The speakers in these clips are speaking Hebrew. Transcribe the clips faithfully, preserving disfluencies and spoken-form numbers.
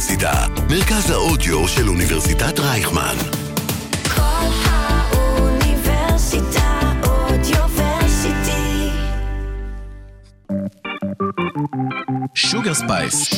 האוניברסיטה, מרכז האודיו של אוניברסיטת רייכמן. כל האוניברסיטה אודיוורסיטי. שוגר ספייס,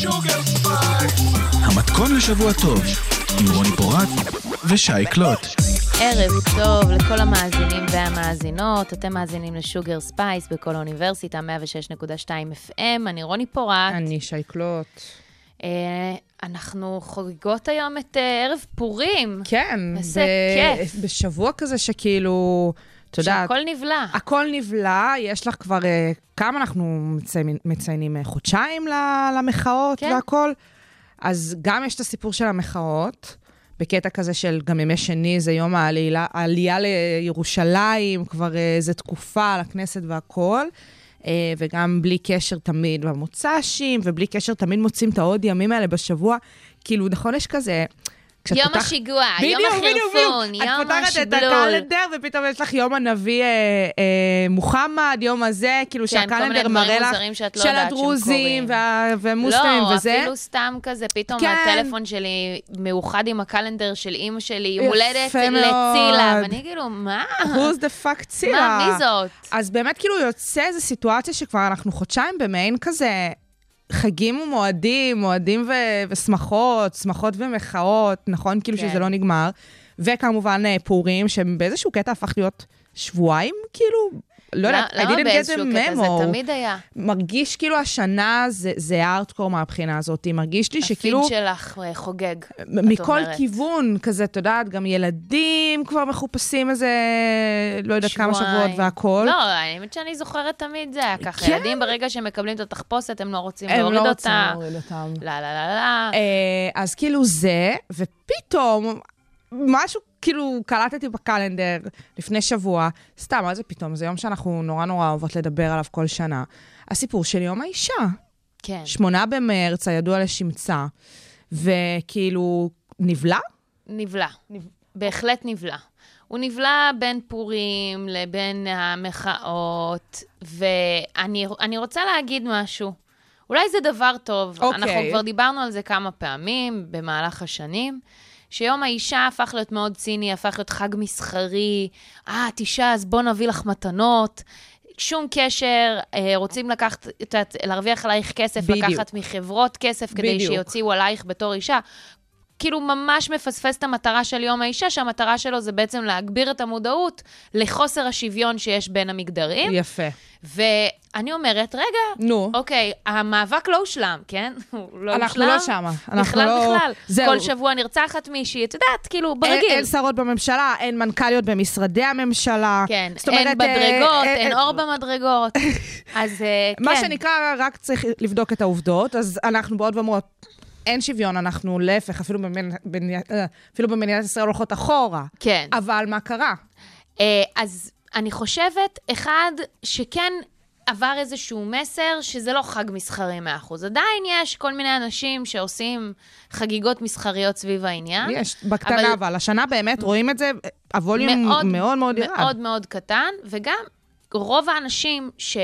המתכון לשבוע טוב, עם רוני פורט ושי קלוט. ערב טוב לכל המאזינים והמאזינות, אתם מאזינים לשוגר ספייס בכל האוניברסיטה, מאה ושש נקודה שתיים אף אם, אני רוני פורט. אני שי קלוט. אה, אנחנו חוגגות היום את אה, ערב פורים. כן, איזה ב- כיף. בשבוע כזה שכאילו, אתה יודע, שהכל נבלע. הכל נבלע, יש לך כבר, אה, כמה אנחנו מציינים, מציינים אה, חודשיים ל- למחאות כן. והכל, אז גם יש את הסיפור של המחאות, בקטע כזה של גם ימי שני, זה יום העלייה, העלייה לירושלים, כבר איזו תקופה לכנסת והכל, וגם בלי קשר תמיד במוצ"שים, ובלי קשר תמיד מוצאים את העוד ימים האלה בשבוע, כאילו נכון יש כזה... יום פותח... השיגוע, בדיוק, יום בדיוק, החרפון, בדיוק. יום את פותחת השבלול. את הקלנדר, ופתאום יש לך יום הנביא אה, אה, מוחמד, יום הזה, כאילו כן, שהקלנדר מראה לך של הדרוזים וה... ומוסלמים לא, וזה. אפילו סתם כזה, פתאום כן. הטלפון שלי מאוחד עם הקלנדר של אמא שלי, יום הולדת יפה מאוד. לצילה, ואני כאילו, מה? who's the fuck צילה? מה, מי זאת? אז באמת כאילו יוצא איזו סיטואציה שכבר אנחנו חודשיים במעין כזה חגים ומועדים, מועדים ו- ושמחות, שמחות ומחאות, נכון? כאילו כן. שזה לא נגמר. וכמובן פורים, שבאיזשהו קטע הפך להיות שבועיים, כאילו, לא יודעת, I למה didn't get באיזשהו a קטע? זה memo. תמיד היה. מרגיש כאילו השנה זה, זה הארדקור מהבחינה הזאת, מרגיש לי שכאילו... הפיד שלך אה, חוגג, את מכל אומרת. כיוון כזה, את יודעת, גם ילדים כבר מחופשים איזה, לא יודעת כמה שבועיים. שבועות והכל. לא, האמת שאני זוכרת תמיד זה היה ככה. כן. ילדים ברגע שהם מקבלים את התחפושת, הם לא רוצים הם להוריד לא רוצים אותה. להוריד אותם. לא, לא, לא, לא. אה, אז כאילו זה, ופתאום, משהו כאילו קלטתי בקלנדר לפני שבוע, סתם, מה זה פתאום? זה יום שאנחנו נורא נורא אוהבות לדבר עליו כל שנה. הסיפור של יום האישה. כן. שמונה במרץ, הידוע לשמצה, וכאילו, נבלע? נבלע. בהחלט נבלע. הוא נבלע בין פורים לבין המחאות, ואני אני רוצה להגיד משהו. אולי זה דבר טוב. אוקיי. אנחנו כבר דיברנו על זה כמה פעמים במהלך השנים, שיום האישה הפך להיות מאוד ציני, הפך להיות חג מסחרי, אה, את אישה, אז בוא נביא לך מתנות, שום קשר, אה, רוצים לקחת, להרוויח עלייך כסף, בדיוק. לקחת מחברות כסף, כדי בדיוק. שיוציאו עלייך בתור אישה. כאילו ממש מפספס את המטרה של יום האישה, שהמטרה שלו זה בעצם להגביר את המודעות לחוסר השוויון שיש בין המגדרים. יפה. ואני אומרת, רגע, נו. אוקיי, המאבק לא הושלם, כן? הוא לא אנחנו הושלם. לא שמה. אנחנו בכלל, לא... בכלל. זהו. כל שבוע נרצחת מישהי, את יודעת, כאילו, ברגיל. אין, אין שרות בממשלה, אין מנכ"ליות במשרדי הממשלה. כן, זאת אומרת, אין בדרגות, אה, אין אה, אור במדרגות. אז אה, כן. מה שנקרא, רק צריך לבדוק את העובדות, אז אנחנו בעוד ואומרות, אין שוויון, אנחנו להפך, אפילו במדינת, אפילו במדינת ישראל הולכות אחורה. כן. אבל מה קרה? אה, אז אני חושבת, אחד, שכן עבר איזשהו מסר, שזה לא חג מסחרי מאה אחוז. עדיין יש כל מיני אנשים שעושים חגיגות מסחריות סביב העניין. יש, בקטנה, אבל, אבל השנה באמת רואים את זה, הווליום מאוד מאוד, מאוד ירד. מאוד מאוד קטן, וגם רוב האנשים ש...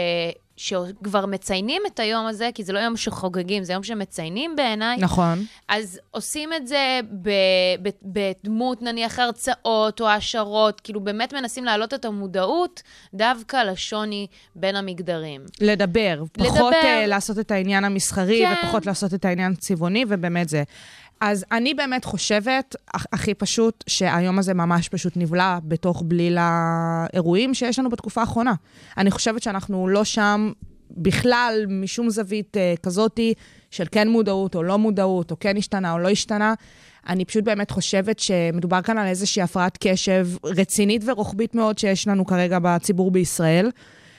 שכבר מציינים את היום הזה, כי זה לא יום שחוגגים, זה יום שמציינים בעיניי. נכון. אז עושים את זה ב, ב, בדמות, נניח, הרצאות או השערות, כאילו באמת מנסים להעלות את המודעות, דווקא לשוני בין המגדרים. לדבר. פחות לדבר. uh, לעשות את העניין המסחרי, כן. ופחות לעשות את העניין הצבעוני, ובאמת זה. אז אני באמת חושבת, הכי פשוט, שהיום הזה ממש פשוט נבלע בתוך בליל האירועים שיש לנו בתקופה האחרונה. אני חושבת שאנחנו לא שם בכלל משום זווית uh, כזאתי של כן מודעות או לא מודעות, או כן השתנה או לא השתנה. אני פשוט באמת חושבת שמדובר כאן על איזושהי הפרעת קשב רצינית ורוחבית מאוד שיש לנו כרגע בציבור בישראל.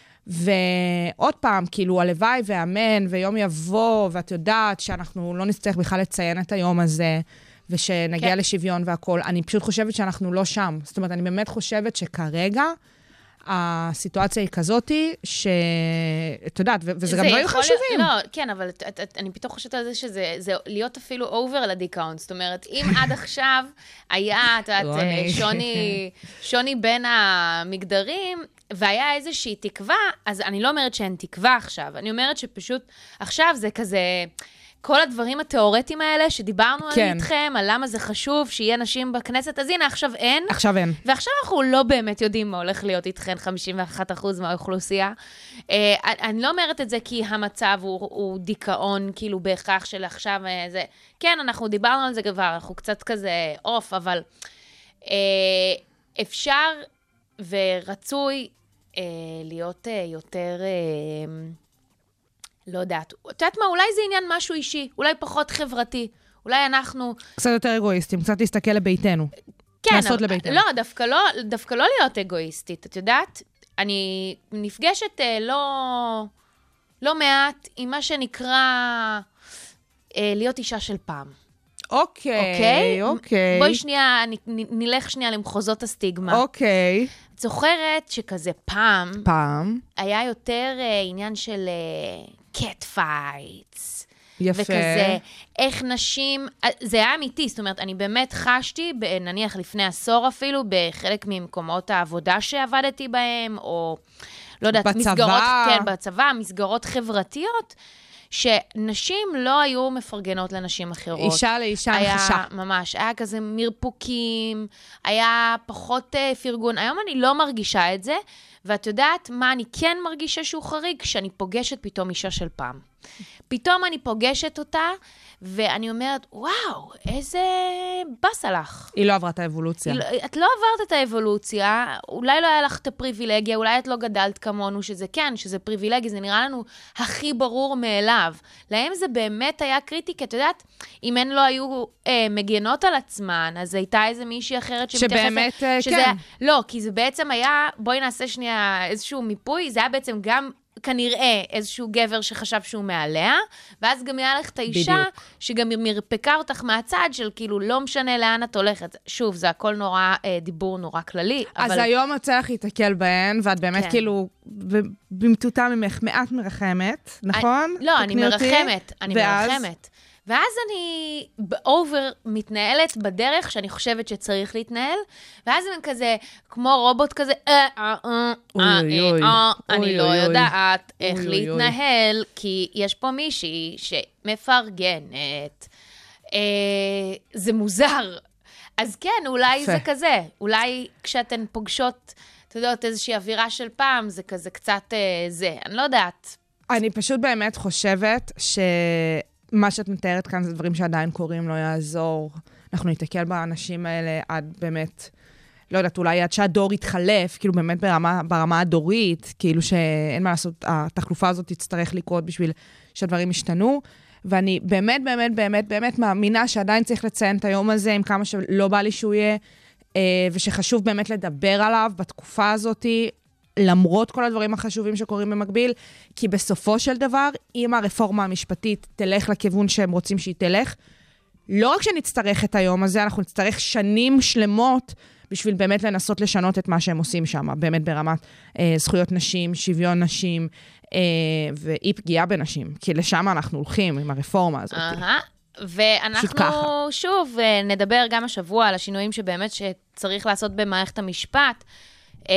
ועוד פעם, כאילו, הלוואי ואמן, ויום יבוא, ואת יודעת שאנחנו לא נצטרך בכלל לציין את היום הזה, ושנגיע כן. לשוויון והכל. אני פשוט חושבת שאנחנו לא שם. זאת אומרת, אני באמת חושבת שכרגע, הסיטואציה היא כזאתי, שאת יודעת, וזה גם לא יהיו חשובים. לא, כן, אבל את, את, את, אני פתאום חושבת על זה שזה זה להיות אפילו אובר על הדיכאון. זאת אומרת, אם עד עכשיו היה, את יודעת, שוני, שוני בין המגדרים, והיה איזושהי תקווה, אז אני לא אומרת שאין תקווה עכשיו. אני אומרת שפשוט עכשיו זה כזה... כל הדברים התיאורטיים האלה שדיברנו כן. על איתכם, על למה זה חשוב שיהיה נשים בכנסת, אז הנה, עכשיו אין. עכשיו אין. ועכשיו אנחנו לא באמת יודעים מה הולך להיות איתכן, חמישים ואחד אחוז מהאוכלוסייה. אה, אני לא אומרת את זה כי המצב הוא, הוא דיכאון, כאילו בהכרח של עכשיו אה, זה. כן, אנחנו דיברנו על זה כבר, אנחנו קצת כזה אוף, אבל אה, אפשר ורצוי אה, להיות אה, יותר... אה, לא יודעת. את יודעת מה, אולי זה עניין משהו אישי, אולי פחות חברתי, אולי אנחנו... קצת יותר אגואיסטים, קצת להסתכל לביתנו. כן, לעשות אבל, לביתנו. לא, דווקא לא, דווקא לא להיות אגואיסטית, את יודעת? אני נפגשת אה, לא, לא מעט עם מה שנקרא אה, להיות אישה של פעם. אוקיי, אוקיי? אוקיי. בואי שנייה, נ, נ, נלך שנייה למחוזות הסטיגמה. אוקיי. את זוכרת שכזה פעם, פעם. היה יותר אה, עניין של קט פייטס. יפה. וכזה, איך נשים, זה היה אמיתי, זאת אומרת, אני באמת חשתי, נניח לפני עשור אפילו, בחלק ממקומות העבודה שעבדתי בהם, או לא יודעת, בצבא. מסגרות, כן, בצבא, מסגרות חברתיות, שנשים לא היו מפרגנות לנשים אחרות. אישה לאישה היה נחשה. ממש, היה כזה מרפוקים, היה פחות uh, פרגון. היום אני לא מרגישה את זה, ואת יודעת מה אני כן מרגישה שהוא חריג? כשאני פוגשת פתאום אישה של פעם. פתאום אני פוגשת אותה, ואני אומרת, וואו, איזה בסה לך. היא לא עברה את האבולוציה. לא, את לא עברת את האבולוציה, אולי לא היה לך את הפריבילגיה, אולי את לא גדלת כמונו, שזה כן, שזה פריבילגיה, זה נראה לנו הכי ברור מאליו. להם זה באמת היה קריטי, כי את יודעת, אם הן לא היו אה, מגנות על עצמן, אז הייתה איזה מישהי אחרת שמתייחסת... שבאמת, אה, שזה, כן. לא, כי זה בעצם היה, בואי נעשה שנייה איזשהו מיפוי, זה היה בעצם גם... כנראה איזשהו גבר שחשב שהוא מעליה, ואז גם היה לך את האישה, בדיוק. שגם מרפקה אותך מהצד של כאילו לא משנה לאן את הולכת. שוב, זה הכל נורא, אה, דיבור נורא כללי. אז אבל... היום יוצא לך להתקל בהן, ואת באמת כן. כאילו, במטוטה ממך, מעט מרחמת, נכון? אני, לא, אני תקני אותי. מרחמת, אני ואז? מרחמת. ואז אני באובר מתנהלת בדרך שאני חושבת שצריך להתנהל, ואז הם כזה, כמו רובוט כזה, אה, אה, אה, אוי, אה, אוי, אוי. אה, אוי, אני לא אוי, אוי. יודעת איך אוי, אוי, אוי. להתנהל, כי יש פה מישהי שמפרגנת. אה, זה מוזר. אז כן, אולי יפה. זה כזה. אולי כשאתן פוגשות, אתה יודעת, איזושהי אווירה של פעם, זה כזה קצת אה, זה. אני לא יודעת. אני פשוט באמת חושבת שמה שאת מתארת כאן זה דברים שעדיין קורים, לא יעזור. אנחנו ניתקל באנשים האלה עד באמת, לא יודעת, אולי עד שהדור יתחלף, כאילו באמת ברמה, ברמה הדורית, כאילו שאין מה לעשות, התחלופה הזאת תצטרך לקרות בשביל שהדברים ישתנו. ואני באמת, באמת, באמת, באמת מאמינה שעדיין צריך לציין את היום הזה עם כמה שלא בא לי שהוא יהיה, ושחשוב באמת לדבר עליו בתקופה הזאת, למרות כל הדברים החשובים שקורים במקביל, כי בסופו של דבר, אם הרפורמה המשפטית תלך לכיוון שהם רוצים שהיא תלך, לא רק שנצטרך את היום הזה, אנחנו נצטרך שנים שלמות בשביל באמת לנסות לשנות את מה שהם עושים שם, באמת ברמת אה, זכויות נשים, שוויון נשים, אה, ואי פגיעה בנשים, כי לשם אנחנו הולכים עם הרפורמה הזאת. אהה. ואנחנו שוב נדבר גם השבוע על השינויים שבאמת שצריך לעשות במערכת המשפט. אה,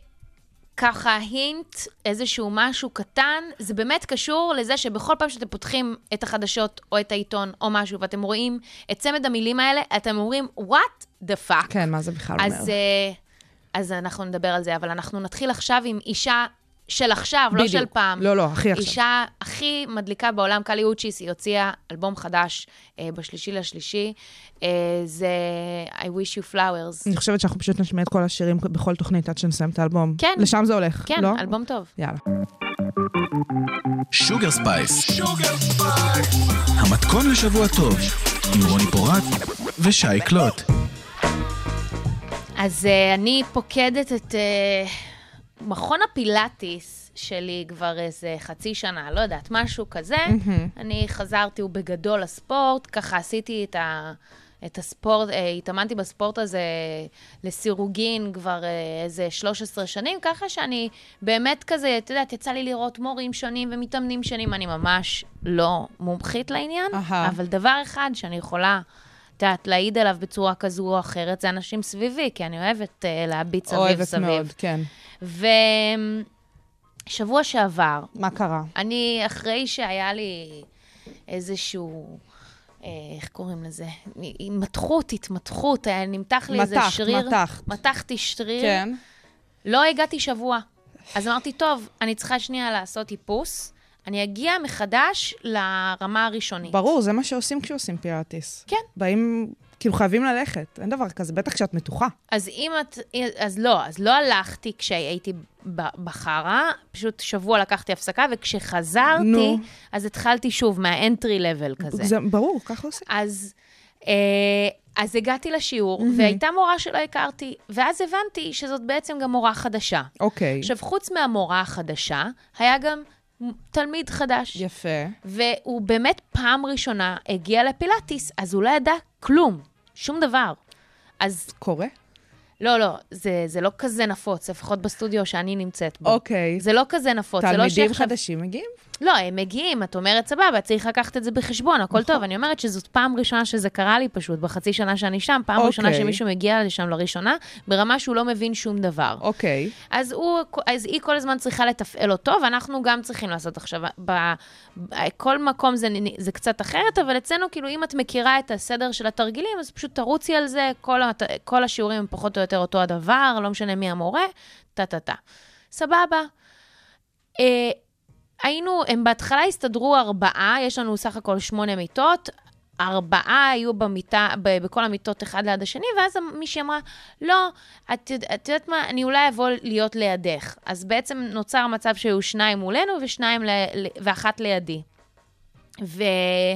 ככה הינט, איזשהו משהו קטן, זה באמת קשור לזה שבכל פעם שאתם פותחים את החדשות או את העיתון או משהו, ואתם רואים את צמד המילים האלה, אתם אומרים, what the fuck? כן, מה זה בכלל אז, אומר? uh, אז אנחנו נדבר על זה, אבל אנחנו נתחיל עכשיו עם אישה של עכשיו, לא של פעם. לא, לא, הכי עכשיו. אישה הכי מדליקה בעולם, קלי אוצ'יס, היא הוציאה אלבום חדש אה, בשלישי לשלישי, אה, זה I wish you flowers. אני חושבת שאנחנו פשוט נשמיע את כל השירים בכל תוכנית עד שנסיים את האלבום. כן. לשם זה הולך, כן, לא? אלבום טוב. יאללה. שוגר ספייס. המתכון לשבוע טוב, עם רוני פורט ושי קלוט. אז uh, אני פוקדת את uh, מכון הפילאטיס שלי כבר איזה חצי שנה, לא יודעת, משהו כזה. Mm-hmm. אני חזרתי ובגדול לספורט, ככה עשיתי את, ה, את הספורט, uh, התאמנתי בספורט הזה לסירוגין כבר uh, איזה שלוש עשרה שנים, ככה שאני באמת כזה, אתה יודעת, יצא לי לראות מורים שונים ומתאמנים שונים, אני ממש לא מומחית לעניין, Aha. אבל דבר אחד שאני יכולה... את יודעת, להעיד עליו בצורה כזו או אחרת, זה אנשים סביבי, כי אני אוהבת uh, להביט סביב אוהבת סביב. מאוד, כן. ושבוע שעבר, מה קרה? אני, אחרי שהיה לי איזשהו, אה, איך קוראים לזה? התמתחות, התמתחות, היה נמתח לי איזה מתחת, שריר. מתחת. מתחתי שריר. כן. לא הגעתי שבוע. אז אמרתי, טוב, אני צריכה שנייה לעשות היפוס, אני אגיע מחדש לרמה הראשונית. ברור, זה מה שעושים כשעושים פילאטיס. כן. באים, כאילו חייבים ללכת, אין דבר כזה, בטח כשאת מתוחה. אז אם את, אז לא, אז לא הלכתי כשהייתי בחרה, פשוט שבוע לקחתי הפסקה, וכשחזרתי, נו. אז התחלתי שוב מהאנטרי לבל כזה. זה ברור, ככה עושים. אז, אה, אז הגעתי לשיעור, mm-hmm. והייתה מורה שלא הכרתי, ואז הבנתי שזאת בעצם גם מורה חדשה. אוקיי. עכשיו, חוץ מהמורה החדשה, היה גם תלמיד חדש. יפה. והוא באמת פעם ראשונה הגיע לפילאטיס, אז הוא לא ידע כלום, שום דבר. אז קורה? לא, לא, זה, זה לא כזה נפוץ, לפחות בסטודיו שאני נמצאת בו. אוקיי. זה לא כזה נפוץ. זה לא תלמידים שעכשיו... חדשים מגיעים? לא, הם מגיעים, את אומרת סבבה, צריך לקחת את זה בחשבון, הכל טוב. אני אומרת שזאת פעם ראשונה שזה קרה לי פשוט, בחצי שנה שאני שם, פעם אוקיי. ראשונה שמישהו מגיע לשם לראשונה, ברמה שהוא לא מבין שום דבר. אוקיי. אז, הוא, אז היא כל הזמן צריכה לתפעל אותו, ואנחנו גם צריכים לעשות עכשיו, בכל מקום זה, זה קצת אחרת, אבל אצלנו, כאילו, אם את מכירה את הסדר של התרגילים, אז פשוט תרוצי על זה, כל, כל השיעורים הם פחות או יותר אותו הדבר, לא משנה מי המורה, טה-טה-טה. סבבה. אה, היינו, הם בהתחלה הסתדרו ארבעה, יש לנו סך הכל שמונה מיטות, ארבעה היו במיטה, בכל המיטות אחד ליד השני, ואז מישהי אמרה, לא, את, את יודעת מה, אני אולי אבוא להיות לידך. אז בעצם נוצר מצב שהיו שניים מולנו, ושניים ל, ואחת לידי. והיא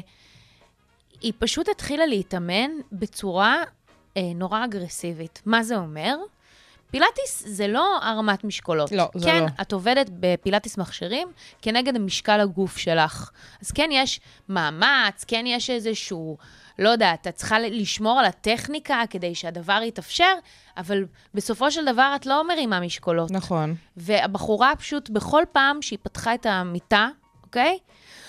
פשוט התחילה להתאמן בצורה אה, נורא אגרסיבית. מה זה אומר? פילאטיס זה לא הרמת משקולות. לא, זה כן, לא. את עובדת בפילאטיס מכשירים כנגד משקל הגוף שלך. אז כן יש מאמץ, כן יש איזשהו, לא יודעת, את צריכה לשמור על הטכניקה כדי שהדבר יתאפשר, אבל בסופו של דבר את לא מרימה משקולות. נכון. והבחורה פשוט בכל פעם שהיא פתחה את המיטה, אוקיי?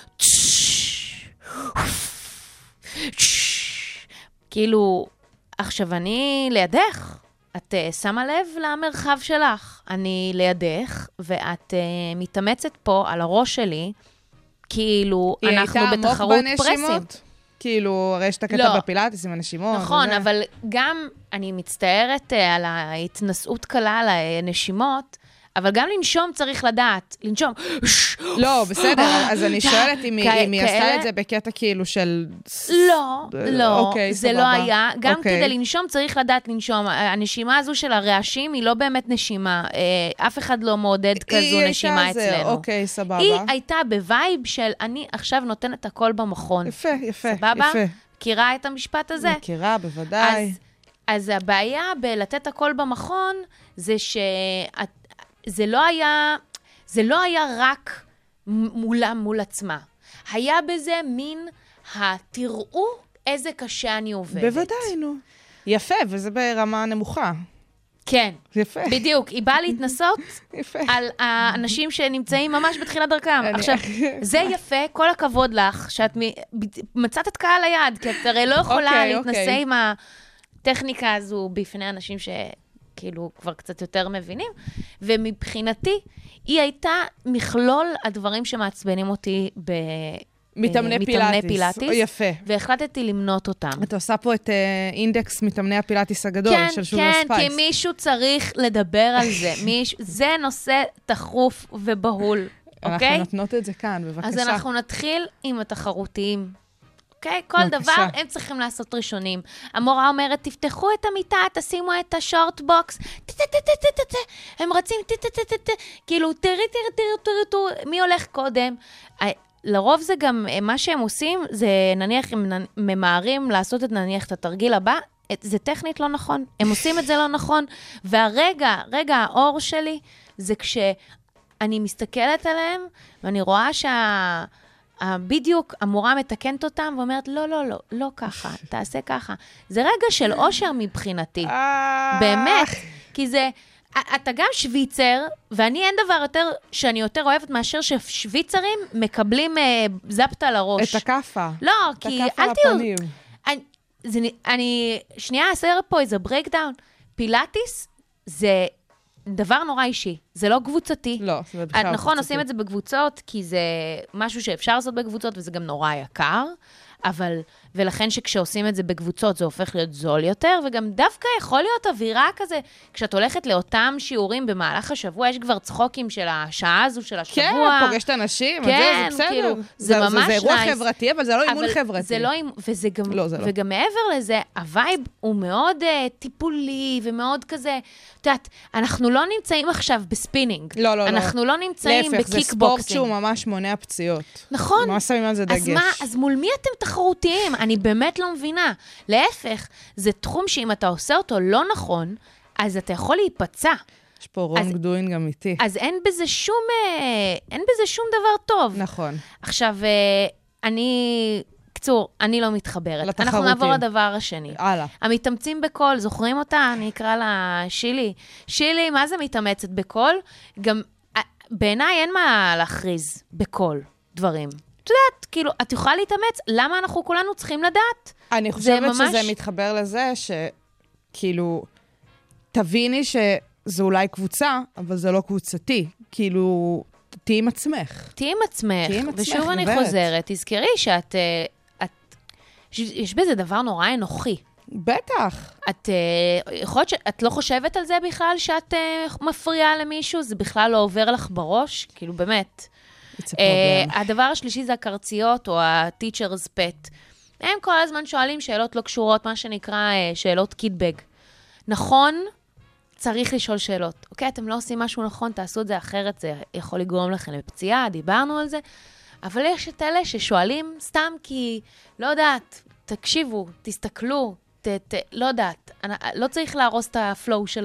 כאילו, עכשיו אני לידך. את uh, שמה לב למרחב שלך. אני לידך, ואת uh, מתאמצת פה על הראש שלי, כאילו אנחנו בתחרות פרסים. כאילו, הרי יש את הקטע לא. בפילאטיס עם הנשימות. נכון, וזה. אבל... אבל גם אני מצטערת uh, על ההתנסות קלה על הנשימות, אבל גם לנשום צריך לדעת. לנשום. לא, בסדר, אז אני שואלת אם היא עשתה את זה בקטע כאילו של... לא, לא, אוקיי, זה סבבה. לא היה. גם אוקיי. כדי לנשום צריך לדעת לנשום. הנשימה הזו של הרעשים היא לא באמת נשימה. אף אחד לא מעודד כזו נשימה אצלנו. אוקיי, סבבה. היא הייתה בווייב של אני עכשיו נותנת הכל במכון. יפה, יפה, סבבה? יפה. מכירה את המשפט הזה? מכירה, בוודאי. אז, אז הבעיה בלתת הכל במכון זה שאת זה לא היה, זה לא היה רק מולה מול עצמה. היה בזה מין, תראו איזה קשה אני עובדת. בוודאי, נו. יפה, וזה ברמה נמוכה. כן. יפה. בדיוק. היא באה להתנסות יפה. על האנשים שנמצאים ממש בתחילת דרכם. עכשיו, זה יפה, כל הכבוד לך, שאת מצאת את קהל היד, כי את הרי לא יכולה להתנסה עם הטכניקה הזו בפני אנשים ש... כאילו כבר קצת יותר מבינים, ומבחינתי, היא הייתה מכלול הדברים שמעצבנים אותי ב... מתאמני פילאטיס. פילאטיס. יפה. והחלטתי למנות אותם. אתה עושה פה את uh, אינדקס מתאמני הפילאטיס הגדול כן, של שולה כן, ספייס. כי מישהו צריך לדבר על זה. מישהו, זה נושא תחרוף ובהול, אנחנו אוקיי? אנחנו נותנות את זה כאן, בבקשה. אז אנחנו נתחיל עם התחרותיים. אוקיי? כל בבקשה. דבר הם צריכים לעשות ראשונים. המורה אומרת, תפתחו את המיטה, תשימו את השורט בוקס, הם רצים, כאילו, תראי, תראי, תראי, תראי, מי הולך קודם? לרוב זה גם, מה שהם עושים, זה נניח, הם ממהרים לעשות את נניח את התרגיל הבא, זה טכנית לא נכון. הם עושים את זה לא נכון, והרגע, רגע, האור שלי, זה כשאני מסתכלת עליהם, ואני רואה שה... בדיוק המורה מתקנת אותם ואומרת, לא, לא, לא, לא ככה, תעשה ככה. זה רגע של אושר מבחינתי. באמת. כי זה, אתה גם שוויצר, ואני אין דבר יותר, שאני יותר אוהבת מאשר ששוויצרים מקבלים זפת על הראש. את הקפה. לא, כי אל תהיו... אני, זה, אני, שנייה, אעשה פה איזה ברייקדאון. פילאטיס זה דבר נורא אישי, זה לא קבוצתי. לא, זה בכלל לא נכון, קבוצתי. עושים את זה בקבוצות, כי זה משהו שאפשר לעשות בקבוצות, וזה גם נורא יקר, אבל, ולכן שכשעושים את זה בקבוצות, זה הופך להיות זול יותר, וגם דווקא יכול להיות אווירה כזה, כשאת הולכת לאותם שיעורים במהלך השבוע, יש כבר צחוקים של השעה הזו, של השבוע. כן, פוגשת אנשים, כן, זה, זה בסדר. כאילו, זה זה ממש זה אירוע נייס. חברתי, אבל זה לא אימון אבל חברתי. זה לא, אימ- וזה גם, לא, זה לא. וגם מעבר לזה, הווייב הוא מאוד uh, טיפולי, ומאוד כזה, את יודעת, אנחנו לא נמצאים עכשיו בספינינג. לא, לא, לא. אנחנו לא נמצאים להפך, זה ספורט בקיקבוקסינג. שהוא ממש מונע פציעות. נכון. ממש שמים על זה דגש. אז מה, אז מול מי אתם תחרותיים? אני באמת לא מבינה. להפך, זה תחום שאם אתה עושה אותו לא נכון, אז אתה יכול להיפצע. יש פה רונג דוינג אמיתי. אז אין בזה שום, אה, אין בזה שום דבר טוב. נכון. עכשיו, אה, אני, קצור, אני לא מתחברת. אנחנו לתחרותים. נעבור לדבר השני. הלאה. המתאמצים בקול, זוכרים אותה? אני אקרא לה שילי. שילי, מה זה מתאמצת בקול? גם, אה, בעיניי אין מה להכריז בקול דברים. את יודעת, כאילו, את יכולה להתאמץ, למה אנחנו כולנו צריכים לדעת? אני חושבת ממש- שזה מתחבר לזה שכאילו, תביני שזה אולי קבוצה, אבל זה לא קבוצתי. כאילו, תהי עם עצמך. תהי עם עצמך, תהי עם עצמך, ושוב אני גברת. חוזרת, תזכרי שאת, אה, את, ש- יש בזה דבר נורא אנוכי. בטח. את, אה, יכול להיות שאת לא חושבת על זה בכלל, שאת אה, מפריעה למישהו, זה בכלל לא עובר לך בראש, כאילו באמת. It's a אה, problem. הדבר השלישי זה הקרציות, או ה-teacher's pet. הם כל הזמן שואלים שאלות לא קשורות, מה שנקרא אה, שאלות קידבג. נכון, צריך לשאול שאלות. אוקיי, אתם לא עושים משהו נכון, תעשו את זה אחרת, זה יכול לגרום לכם לפציעה, דיברנו על זה. אבל יש את אלה ששואלים סתם כי, לא יודעת, תקשיבו, תסתכלו, ת, ת, לא יודעת. אני, לא צריך להרוס את הפלואו של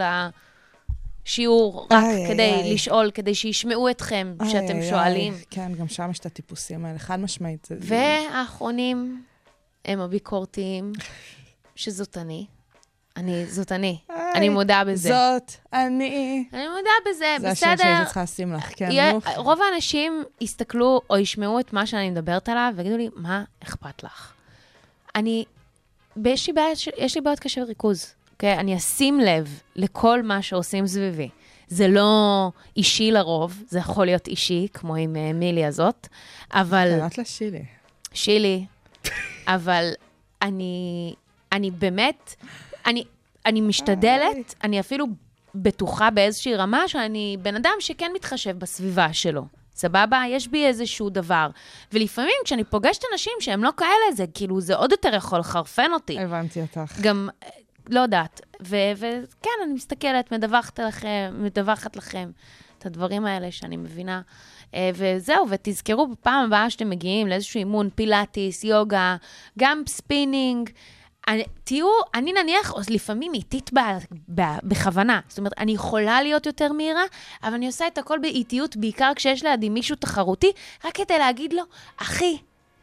השיעור, רק איי, כדי איי, איי. לשאול, כדי שישמעו אתכם כשאתם איי, שואלים. איי, כן, גם שם יש את הטיפוסים האלה, חד משמעית. זה- והאחרונים הם הביקורתיים, שזאת אני. אני, זאת אני. איי, אני מודה בזה. זאת אני. אני מודה בזה, זה השם בסדר. שהייתי צריכה לשים לך, כן, יהיה- נו. רוב האנשים יסתכלו או ישמעו את מה שאני מדברת עליו, ויגידו לי, מה אכפת לך? אני, יש לי בעיה, ש- יש לי בעיות קשב וריכוז, אוקיי? אני אשים לב לכל מה שעושים סביבי. זה לא אישי לרוב, זה יכול להיות אישי, כמו עם אה, מילי הזאת, אבל... קלט לשילי. שילי, אבל אני, אני באמת, אני, אני משתדלת, אני אפילו בטוחה באיזושהי רמה שאני בן אדם שכן מתחשב בסביבה שלו. סבבה? יש בי איזשהו דבר. ולפעמים כשאני פוגשת אנשים שהם לא כאלה, זה כאילו, זה עוד יותר יכול לחרפן אותי. הבנתי אותך. גם, לא יודעת. ו- וכן, אני מסתכלת, מדווחת לכם, מדווחת לכם את הדברים האלה שאני מבינה. אה, וזהו, ותזכרו בפעם הבאה שאתם מגיעים לאיזשהו אימון, פילאטיס, יוגה, גם ספינינג, אני, תהיו, אני נניח, לפעמים איטית ב, ב, בכוונה. זאת אומרת, אני יכולה להיות יותר מהירה, אבל אני עושה את הכל באיטיות, בעיקר כשיש לידי מישהו תחרותי, רק כדי להגיד לו, אחי,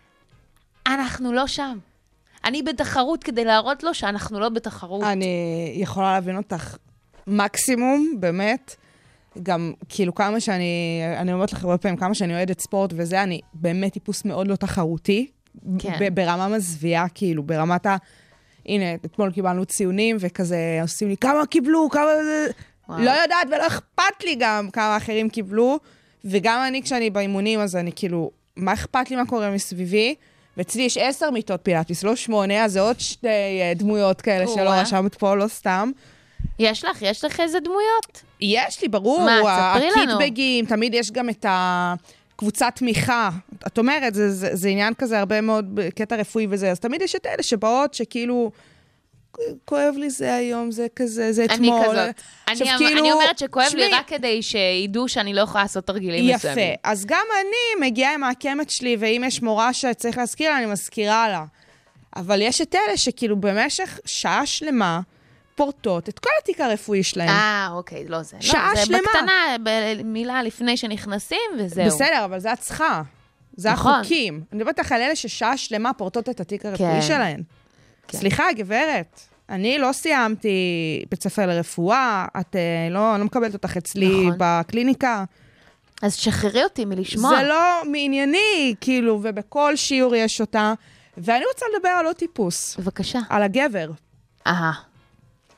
אנחנו לא שם. אני בתחרות כדי להראות לו שאנחנו לא בתחרות. אני יכולה להבין אותך מקסימום, באמת. גם כאילו כמה שאני, אני אומרת לך הרבה פעמים, כמה שאני אוהדת ספורט וזה, אני באמת טיפוס מאוד לא תחרותי. כן. ב- ברמה מזוויעה, כאילו, ברמת ה... הנה, אתמול קיבלנו ציונים, וכזה עושים לי, כמה קיבלו, כמה... וואו. לא יודעת, ולא אכפת לי גם כמה אחרים קיבלו, וגם אני, כשאני באימונים, אז אני כאילו, מה אכפת לי מה קורה מסביבי? ואצלי יש עשר מיטות פילאטיס, לא שמונה, אז זה עוד שתי אה, דמויות כאלה שלא או-אה. רשמת פה, לא סתם. יש לך, יש לך איזה דמויות? יש לי, ברור, מה, תספרי לנו. הקיטבגים, תמיד יש גם את הקבוצת תמיכה. את אומרת, זה, זה, זה עניין כזה הרבה מאוד קטע רפואי וזה, אז תמיד יש את אלה שבאות שכאילו, כואב לי זה היום, זה כזה, זה אני אתמול. כזאת. עכשיו, אני, כאילו, אני אומרת שכואב שמי, לי רק כדי שידעו שאני לא יכולה לעשות תרגילים יפה. מסוימים. אז גם אני מגיעה עם העקמת שלי, ואם יש מורה שצריך להזכיר לה, אני מזכירה לה. אבל יש את אלה שכאילו במשך שעה שלמה, פורטות את כל התיק הרפואי שלהם. אה, אוקיי, לא זה. שעה לא, זה שלמה. בקטנה, במילה לפני שנכנסים, וזהו. בסדר, אבל זה את צריכה. זה נכון. החוקים. אני מדברת לך על אלה ששעה שלמה פורטות את התיק הרפואי כן. שלהן. כן. סליחה, גברת, אני לא סיימתי בית ספר לרפואה, את אה, לא, לא מקבלת אותך אצלי נכון. בקליניקה. אז שחררי אותי מלשמוע. זה לא מענייני, כאילו, ובכל שיעור יש אותה. ואני רוצה לדבר על עוד טיפוס, בבקשה. על הגבר. אהה.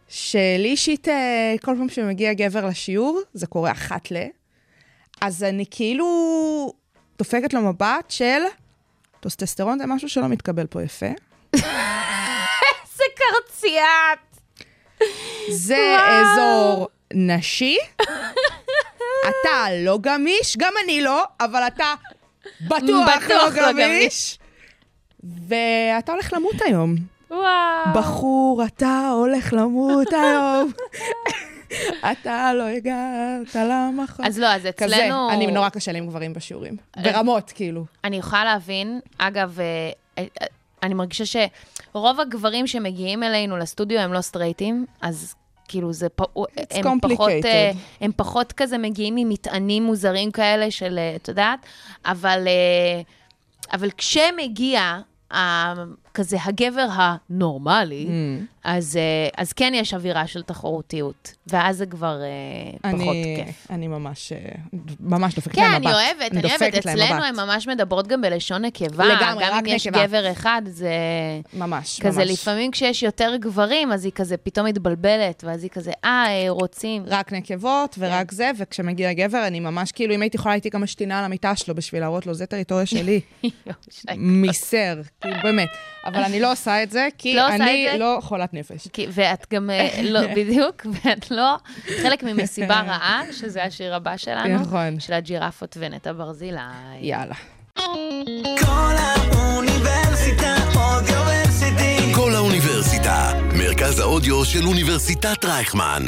שלי אישית, כל פעם שמגיע גבר לשיעור, זה קורה אחת ל, אז אני כאילו דופקת לו מבט של, טוסטסטרון זה משהו שלא מתקבל פה יפה. איזה קרציית. זה אזור נשי. אתה לא גמיש, גם אני לא, אבל אתה בטוח לא גמיש. ואתה הולך למות היום. וואו. בחור, אתה הולך למות היום. אתה לא הגעת למחר. אז לא, אז אצלנו... כזה, אני נורא קשה לי עם גברים בשיעורים. ברמות, כאילו. אני יכולה להבין, אגב, אני מרגישה שרוב הגברים שמגיעים אלינו לסטודיו הם לא סטרייטים, אז כאילו זה... הם פחות, הם פחות כזה מגיעים ממטענים מוזרים כאלה של, את יודעת, אבל, אבל כשמגיע... כזה הגבר הנורמלי, אז, אז כן יש אווירה של תחרותיות, ואז זה כבר פחות כיף. אני ממש, ממש דופקת להם מבט. כן, אני אוהבת, אני אוהבת. אצלנו הן ממש מדברות גם בלשון נקבה. לגמרי, גם אם יש גבר אחד, זה... ממש, כזה ממש. לפעמים כשיש יותר גברים, אז היא כזה פתאום מתבלבלת, ואז היא כזה, אה, רוצים. רק נקבות ורק זה, וכשמגיע גבר, אני ממש כאילו, אם הייתי יכולה, הייתי גם משתינה על המיטה שלו, בשביל להראות לו, זה טריטוריה שלי. מיסר, כאילו, באמת. אבל אני לא עושה את זה, כי אני לא חולת נפש. ואת גם לא, בדיוק, ואת לא חלק ממסיבה רעה, שזה השיר הבא שלנו, נכון. של הג'ירפות ונטע ברזילי. יאללה. כל האוניברסיטה אודיוורסיטי. כל האוניברסיטה, מרכז האודיו של אוניברסיטת רייכמן.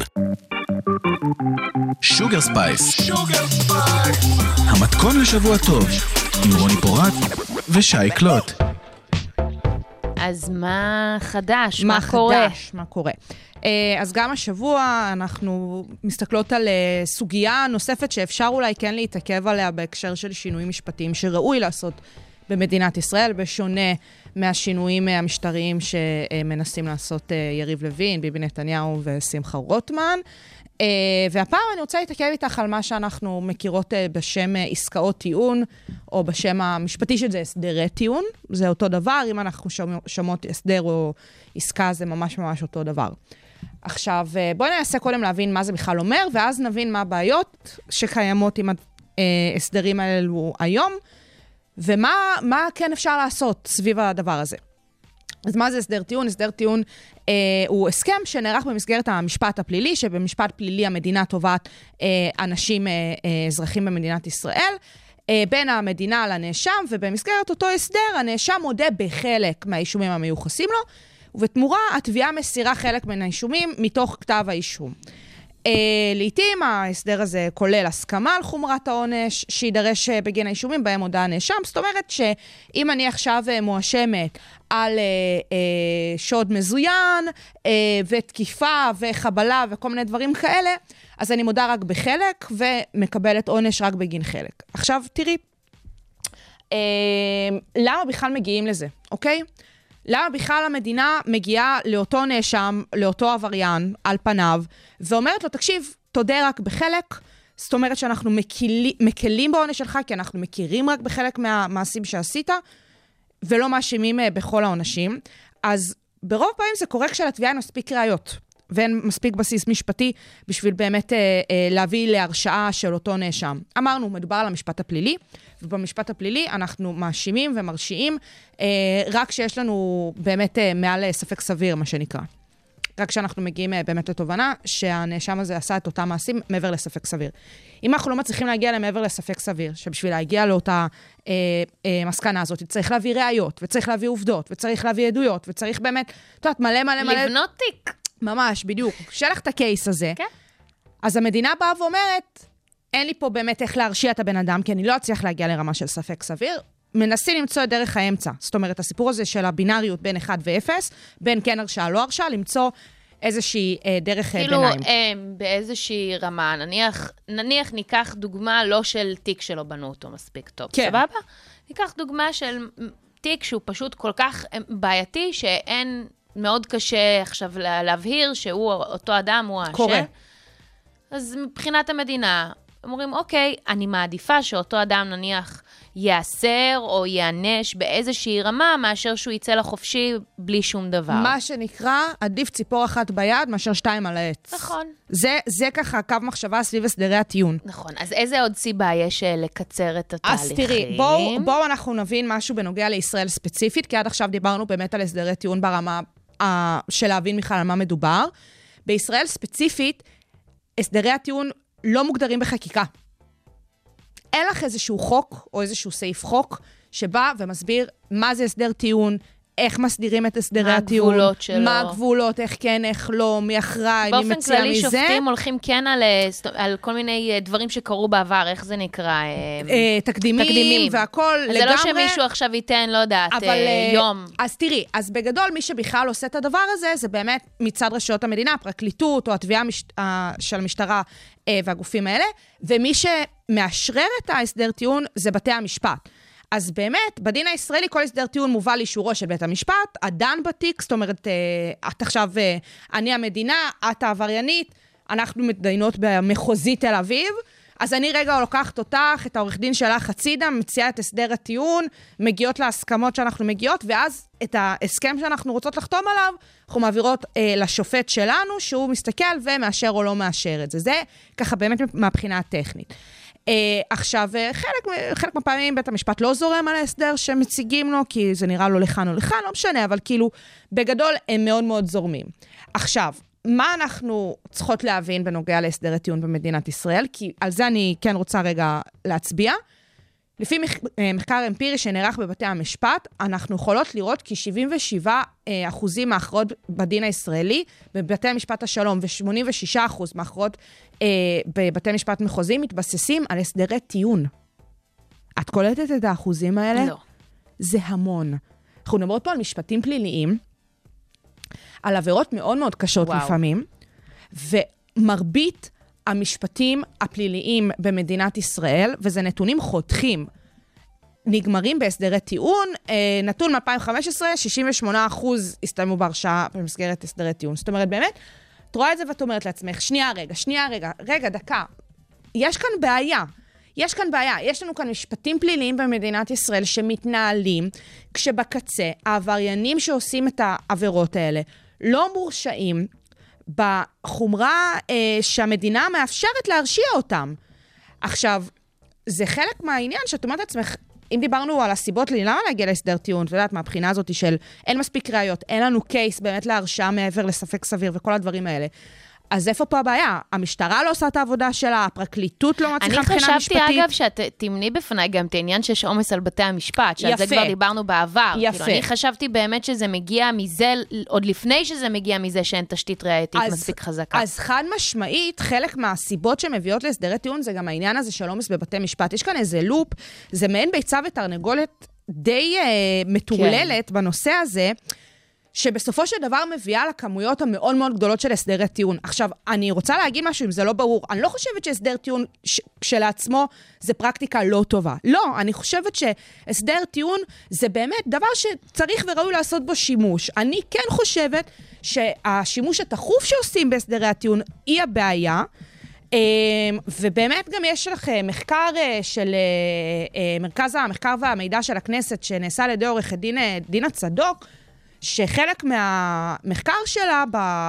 שוגר ספייס. המתכון לשבוע טוב, עם רוני פורט ושי קלוט. אז מה חדש? מה, מה חדש? קורה? מה קורה? אז גם השבוע אנחנו מסתכלות על סוגיה נוספת שאפשר אולי כן להתעכב עליה בהקשר של שינויים משפטיים שראוי לעשות במדינת ישראל, בשונה מהשינויים המשטריים שמנסים לעשות יריב לוין, ביבי נתניהו ושמחה רוטמן. Uh, והפעם אני רוצה להתעכב איתך על מה שאנחנו מכירות uh, בשם uh, עסקאות טיעון, או בשם המשפטי של זה הסדרי טיעון. זה אותו דבר, אם אנחנו שומעות הסדר או עסקה, זה ממש ממש אותו דבר. עכשיו, uh, בואי ננסה קודם להבין מה זה בכלל אומר, ואז נבין מה הבעיות שקיימות עם ההסדרים האלו היום, ומה מה כן אפשר לעשות סביב הדבר הזה. אז מה זה הסדר טיעון? הסדר טיעון אה, הוא הסכם שנערך במסגרת המשפט הפלילי, שבמשפט פלילי המדינה תובעת אה, אנשים, אה, אה, אזרחים במדינת ישראל, אה, בין המדינה לנאשם, ובמסגרת אותו הסדר הנאשם מודה בחלק מהאישומים המיוחסים לו, ובתמורה התביעה מסירה חלק מן האישומים מתוך כתב האישום. Uh, לעתים ההסדר הזה כולל הסכמה על חומרת העונש שידרש uh, בגין האישומים בהם הודעה הנאשם. זאת אומרת שאם אני עכשיו uh, מואשמת על uh, uh, שוד מזוין uh, ותקיפה וחבלה וכל מיני דברים כאלה, אז אני מודה רק בחלק ומקבלת עונש רק בגין חלק. עכשיו תראי, uh, למה בכלל מגיעים לזה, אוקיי? למה בכלל המדינה מגיעה לאותו נאשם, לאותו עבריין, על פניו, ואומרת לו, תקשיב, תודה רק בחלק, זאת אומרת שאנחנו מקלי, מקלים בעונש שלך, כי אנחנו מכירים רק בחלק מהמעשים שעשית, ולא מאשימים בכל העונשים. אז ברוב פעמים זה קורה כשלתביעה אין מספיק ראיות, ואין מספיק בסיס משפטי, בשביל באמת אה, אה, להביא להרשעה של אותו נאשם. אמרנו, מדובר על המשפט הפלילי, ובמשפט הפלילי אנחנו מאשימים ומרשיעים, אה, רק שיש לנו באמת אה, מעל ספק סביר, מה שנקרא. רק שאנחנו מגיעים אה, באמת לתובנה, שהנאשם הזה עשה את אותם מעשים מעבר לספק סביר. אם אנחנו לא מצליחים להגיע למעבר לספק סביר, שבשביל להגיע לאותה אה, אה, מסקנה הזאת, צריך להביא ראיות, וצריך להביא עובדות, וצריך להביא עדויות, וצריך באמת, את יודעת, מלא מלא מלא... לבנות תיק. ממש, בדיוק. שלח את הקייס הזה. כן. אז המדינה באה ואומרת, אין לי פה באמת איך להרשיע את הבן אדם, כי אני לא אצליח להגיע לרמה של ספק סביר. מנסים למצוא את דרך האמצע. זאת אומרת, הסיפור הזה של הבינאריות בין אחד ואפס, בין כן הרשעה, לא הרשעה, למצוא איזושהי אה, דרך כאילו, ביניים. כאילו, אה, באיזושהי רמה, נניח, נניח ניקח דוגמה לא של תיק שלא בנו אותו מספיק טוב. כן. סבבה? ניקח דוגמה של תיק שהוא פשוט כל כך בעייתי, שאין... מאוד קשה עכשיו להבהיר שהוא, אותו אדם הוא האשם. קורה. אז מבחינת המדינה, הם אומרים, אוקיי, אני מעדיפה שאותו אדם נניח יאסר או יענש באיזושהי רמה, מאשר שהוא יצא לחופשי בלי שום דבר. מה שנקרא, עדיף ציפור אחת ביד, מאשר שתיים על העץ. נכון. זה, זה ככה קו מחשבה סביב הסדרי הטיעון. נכון, אז איזה עוד סיבה יש לקצר את התהליכים? אז תראי, בואו, בואו אנחנו נבין משהו בנוגע לישראל ספציפית, כי עד עכשיו דיברנו באמת על הסדרי טיעון ברמה uh, של להבין בכלל על מה מדובר. בישראל ספציפית, הסדרי הטיעון לא מוגדרים בחקיקה. אין לך איזשהו חוק או איזשהו סעיף חוק שבא ומסביר מה זה הסדר טיעון, איך מסדירים את הסדרי הטיעון, מה הגבולות שלו, מה הגבולות, איך כן, איך לא, מי אחראי, מי מציע מזה. באופן כללי שופטים הולכים כן על, על כל מיני דברים שקרו בעבר, איך זה נקרא? תקדימים, תקדימים. והכל לגמרי. זה לא שמישהו עכשיו ייתן, לא יודעת, אבל, יום. אז תראי, אז בגדול מי שבכלל עושה את הדבר הזה, זה באמת מצד רשויות המדינה, הפרקליטות או התביעה של המשטרה והגופים האלה, ומי שמאשרר את ההסדר טיעון זה בתי המשפט. אז באמת, בדין הישראלי כל הסדר טיעון מובא לאישורו של בית המשפט, הדן בתיק, זאת אומרת, את עכשיו, אני המדינה, את העבריינית, אנחנו מתדיינות במחוזי תל אביב, אז אני רגע לוקחת אותך, את העורך דין שלך הצידה, מציעה את הסדר הטיעון, מגיעות להסכמות שאנחנו מגיעות, ואז את ההסכם שאנחנו רוצות לחתום עליו, אנחנו מעבירות אה, לשופט שלנו, שהוא מסתכל ומאשר או לא מאשר את זה. זה ככה באמת מהבחינה הטכנית. Uh, עכשיו, חלק, חלק מהפעמים בית המשפט לא זורם על ההסדר שמציגים לו, כי זה נראה לו לכאן או לכאן, לא משנה, אבל כאילו, בגדול הם מאוד מאוד זורמים. עכשיו, מה אנחנו צריכות להבין בנוגע להסדרי טיעון במדינת ישראל? כי על זה אני כן רוצה רגע להצביע. לפי מחקר אמפירי שנערך בבתי המשפט, אנחנו יכולות לראות כי שבעים ושבעה אחוזים מההכרעות בדין הישראלי, בבתי המשפט השלום, ו-שמונים ושישה אחוז מההכרעות אה, בבתי משפט מחוזיים, מתבססים על הסדרי טיעון. את קולטת את האחוזים האלה? לא. זה המון. אנחנו נדברות פה על משפטים פליליים, על עבירות מאוד מאוד קשות וואו. לפעמים, ומרבית המשפטים הפליליים במדינת ישראל, וזה נתונים חותכים, נגמרים בהסדרי טיעון, נתון מ-אלפיים וחמש עשרה, שישים ושמונה אחוז הסתיימו בהרשעה במסגרת הסדרי טיעון. זאת אומרת, באמת, את רואה את זה ואת אומרת לעצמך, שנייה רגע, שנייה רגע, רגע, דקה, יש כאן בעיה. יש כאן בעיה. יש לנו כאן משפטים פליליים במדינת ישראל שמתנהלים, כשבקצה העבריינים שעושים את העבירות האלה לא מורשעים, בחומרה אה, שהמדינה מאפשרת להרשיע אותם. עכשיו, זה חלק מהעניין שאת אומרת לעצמך, אם דיברנו על הסיבות לי, למה להגיע להסדר טיעון, את יודעת, מהבחינה הזאת של אין מספיק ראיות, אין לנו קייס באמת להרשעה מעבר לספק סביר וכל הדברים האלה. אז איפה פה הבעיה? המשטרה לא עושה את העבודה שלה, הפרקליטות לא מצליחה מבחינה משפטית. אני חשבתי, אגב, שאת תמני בפניי גם את העניין שיש עומס על בתי המשפט, שעל זה כבר דיברנו בעבר. יפה. כאילו, אני חשבתי באמת שזה מגיע מזה, עוד לפני שזה מגיע מזה שאין תשתית ראייתית מספיק חזקה. אז חד משמעית, חלק מהסיבות שמביאות להסדרי טיעון, זה גם העניין הזה של עומס בבתי משפט. יש כאן איזה לופ, זה מעין ביצה ותרנגולת די uh, מטורללת כן. בנושא הזה, שבסופו של דבר מביאה לכמויות המאוד מאוד גדולות של הסדרי טיעון. עכשיו, אני רוצה להגיד משהו אם זה לא ברור. אני לא חושבת שהסדר טיעון כשלעצמו זה פרקטיקה לא טובה. לא, אני חושבת שהסדר טיעון זה באמת דבר שצריך וראוי לעשות בו שימוש. אני כן חושבת שהשימוש התחוף שעושים בהסדרי הטיעון היא הבעיה, ובאמת גם יש לך מחקר של מרכז המחקר והמידע של הכנסת שנעשה על ידי עורך דין דינה צדוק, שחלק מהמחקר שלה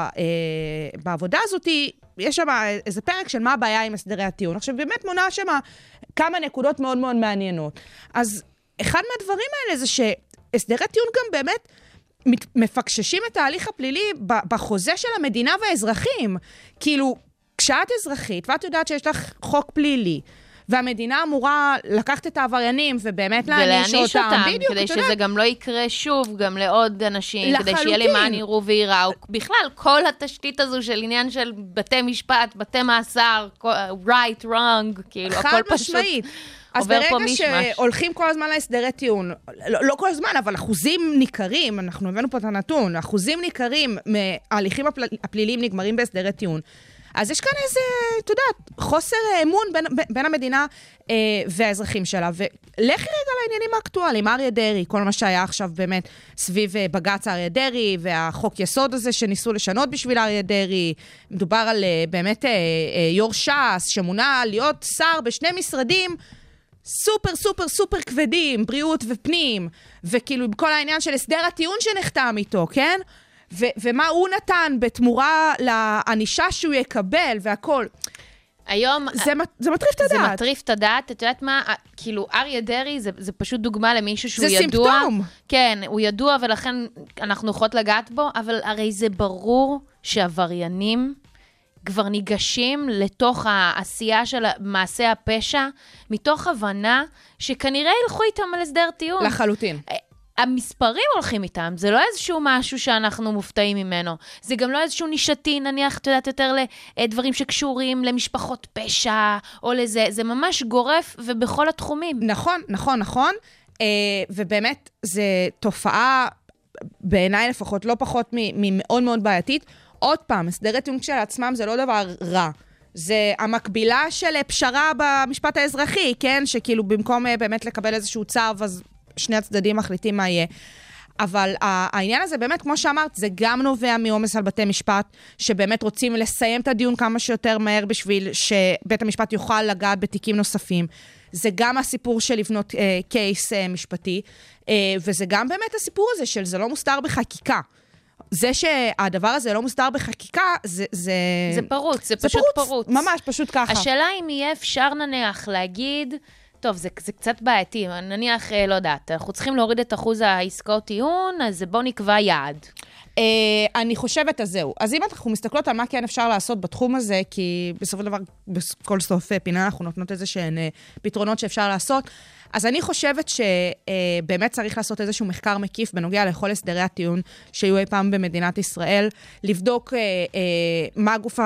בעבודה הזאת, יש שם איזה פרק של מה הבעיה עם הסדרי הטיעון. עכשיו, באמת מונה שם כמה נקודות מאוד מאוד מעניינות. אז אחד מהדברים האלה זה שהסדרי טיעון גם באמת מפקששים את ההליך הפלילי בחוזה של המדינה והאזרחים. כאילו, כשאת אזרחית, ואת יודעת שיש לך חוק פלילי, והמדינה אמורה לקחת את העבריינים ובאמת להעניש אותם. אותם בדיוק, כדי שזה גם לא יקרה שוב, גם לעוד אנשים, לחלוטין. כדי שיהיה למען יראו ויראו. בכלל, כל התשתית הזו של עניין של בתי משפט, בתי מאסר, right, wrong, כאילו, הכל פשוט אז ברגע שהולכים כל הזמן להסדרי טיעון, לא, לא כל הזמן, אבל אחוזים ניכרים, אנחנו הבאנו פה את הנתון, אחוזים ניכרים מההליכים הפל, הפליליים נגמרים בהסדרי טיעון. אז יש כאן איזה, אתה יודעת, חוסר אמון בין, בין המדינה אה, והאזרחים שלה. ולכי רגע לעניינים האקטואליים, אריה דרעי, כל מה שהיה עכשיו באמת סביב בג"ץ אריה דרעי, והחוק יסוד הזה שניסו לשנות בשביל אריה דרעי. מדובר על באמת אה, אה, יור ש"ס, שמונה להיות שר בשני משרדים, סופר סופר סופר כבדים, בריאות ופנים, וכאילו עם כל העניין של הסדר הטיעון שנחתם איתו, כן? ו- ומה הוא נתן בתמורה לענישה שהוא יקבל והכל. היום... זה, זה מטריף את הדעת. זה מטריף את הדעת. את יודעת מה? כאילו, אריה דרעי זה, זה פשוט דוגמה למישהו שהוא זה ידוע. זה סימפטום. כן, הוא ידוע ולכן אנחנו יכולות לגעת בו, אבל הרי זה ברור שעבריינים כבר ניגשים לתוך העשייה של מעשה הפשע, מתוך הבנה שכנראה ילכו איתם על הסדר טיעון. לחלוטין. המספרים הולכים איתם, זה לא איזשהו משהו שאנחנו מופתעים ממנו. זה גם לא איזשהו נישתי, נניח, את יודעת, יותר לדברים שקשורים למשפחות פשע, או לזה, זה ממש גורף ובכל התחומים. נכון, נכון, נכון. ובאמת, זו תופעה, בעיניי לפחות, לא פחות ממאוד מאוד בעייתית. עוד פעם, הסדרי טיעון כשלעצמם זה לא דבר רע. זה המקבילה של פשרה במשפט האזרחי, כן? שכאילו במקום באמת לקבל איזשהו צו, אז שני הצדדים מחליטים מה יהיה. אבל העניין הזה באמת, כמו שאמרת, זה גם נובע מעומס על בתי משפט, שבאמת רוצים לסיים את הדיון כמה שיותר מהר בשביל שבית המשפט יוכל לגעת בתיקים נוספים. זה גם הסיפור של לבנות אה, קייס אה, משפטי, אה, וזה גם באמת הסיפור הזה של זה לא מוסתר בחקיקה. זה שהדבר הזה לא מוסתר בחקיקה, זה... זה, זה פרוץ, זה, זה פשוט פרוץ. פרוץ. ממש, פשוט ככה. השאלה אם יהיה אפשר נניח להגיד, טוב, זה, זה קצת בעייתי, נניח, לא יודעת, אנחנו צריכים להוריד את אחוז העסקאות טיעון, אז בוא נקבע יעד. אה, אני חושבת, אז זהו. אז אם אנחנו מסתכלות על מה כן אפשר לעשות בתחום הזה, כי בסופו של דבר, בכל סוף פינה, אנחנו נותנות איזה שהן פתרונות שאפשר לעשות, אז אני חושבת שבאמת צריך לעשות איזשהו מחקר מקיף בנוגע לכל הסדרי הטיעון שיהיו אי פעם במדינת ישראל, לבדוק מה הגוף,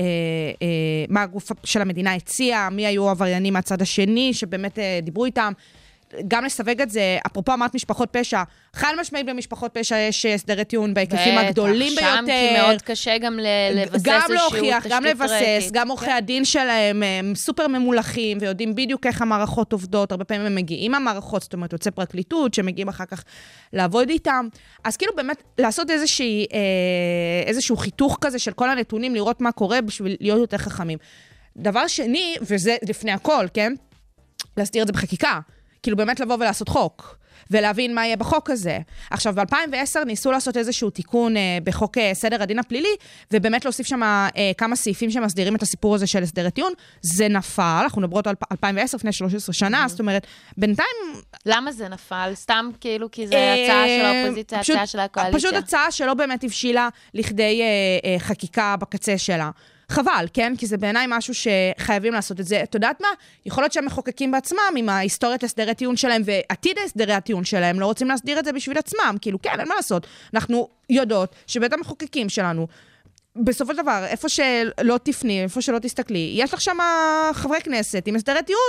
מה הגוף של המדינה הציע, מי היו העבריינים מהצד השני, שבאמת דיברו איתם, גם לסווג את זה, אפרופו אמרת משפחות פשע, חד משמעית במשפחות פשע יש הסדרי טיעון בהיקפים הגדולים ביותר. שם כי מאוד קשה גם לבסס גם להוכיח, גם לבסס, גם עורכי הדין שלהם הם סופר ממולכים, ויודעים בדיוק איך המערכות עובדות, הרבה פעמים הם מגיעים המערכות, זאת אומרת, יוצא פרקליטות, שמגיעים אחר כך לעבוד איתם. אז כאילו באמת לעשות איזושהי, איזשהו חיתוך כזה של כל הנתונים, לראות מה קורה בשביל להיות יותר חכמים. דבר שני, וזה לפני הכל, כן? להסדיר את זה בחקיקה. כאילו באמת לבוא ולעשות חוק, ולהבין מה יהיה בחוק הזה. עכשיו, ב-אלפיים ועשר ניסו לעשות איזשהו תיקון אה, בחוק אה, סדר הדין הפלילי, ובאמת להוסיף שם אה, כמה סעיפים שמסדירים את הסיפור הזה של הסדר טיעון. זה נפל, אנחנו מדברות על אלפיים ועשר, לפני שלוש עשרה שנה, mm-hmm. זאת אומרת, בינתיים... למה זה נפל? סתם כאילו, כי זה אה, הצעה של האופוזיציה, פשוט, הצעה של הקואליציה. פשוט הצעה שלא באמת הבשילה לכדי אה, אה, חקיקה בקצה שלה. חבל, כן? כי זה בעיניי משהו שחייבים לעשות את זה. את יודעת מה? יכול להיות שהמחוקקים בעצמם, עם ההיסטוריית הסדרי טיעון שלהם ועתיד הסדרי הטיעון שלהם, לא רוצים להסדיר את זה בשביל עצמם. כאילו, כן, אין מה לעשות. אנחנו יודעות שבית המחוקקים שלנו, בסופו של דבר, איפה שלא תפני, איפה שלא תסתכלי, יש לך שם חברי כנסת עם הסדרי טיעון.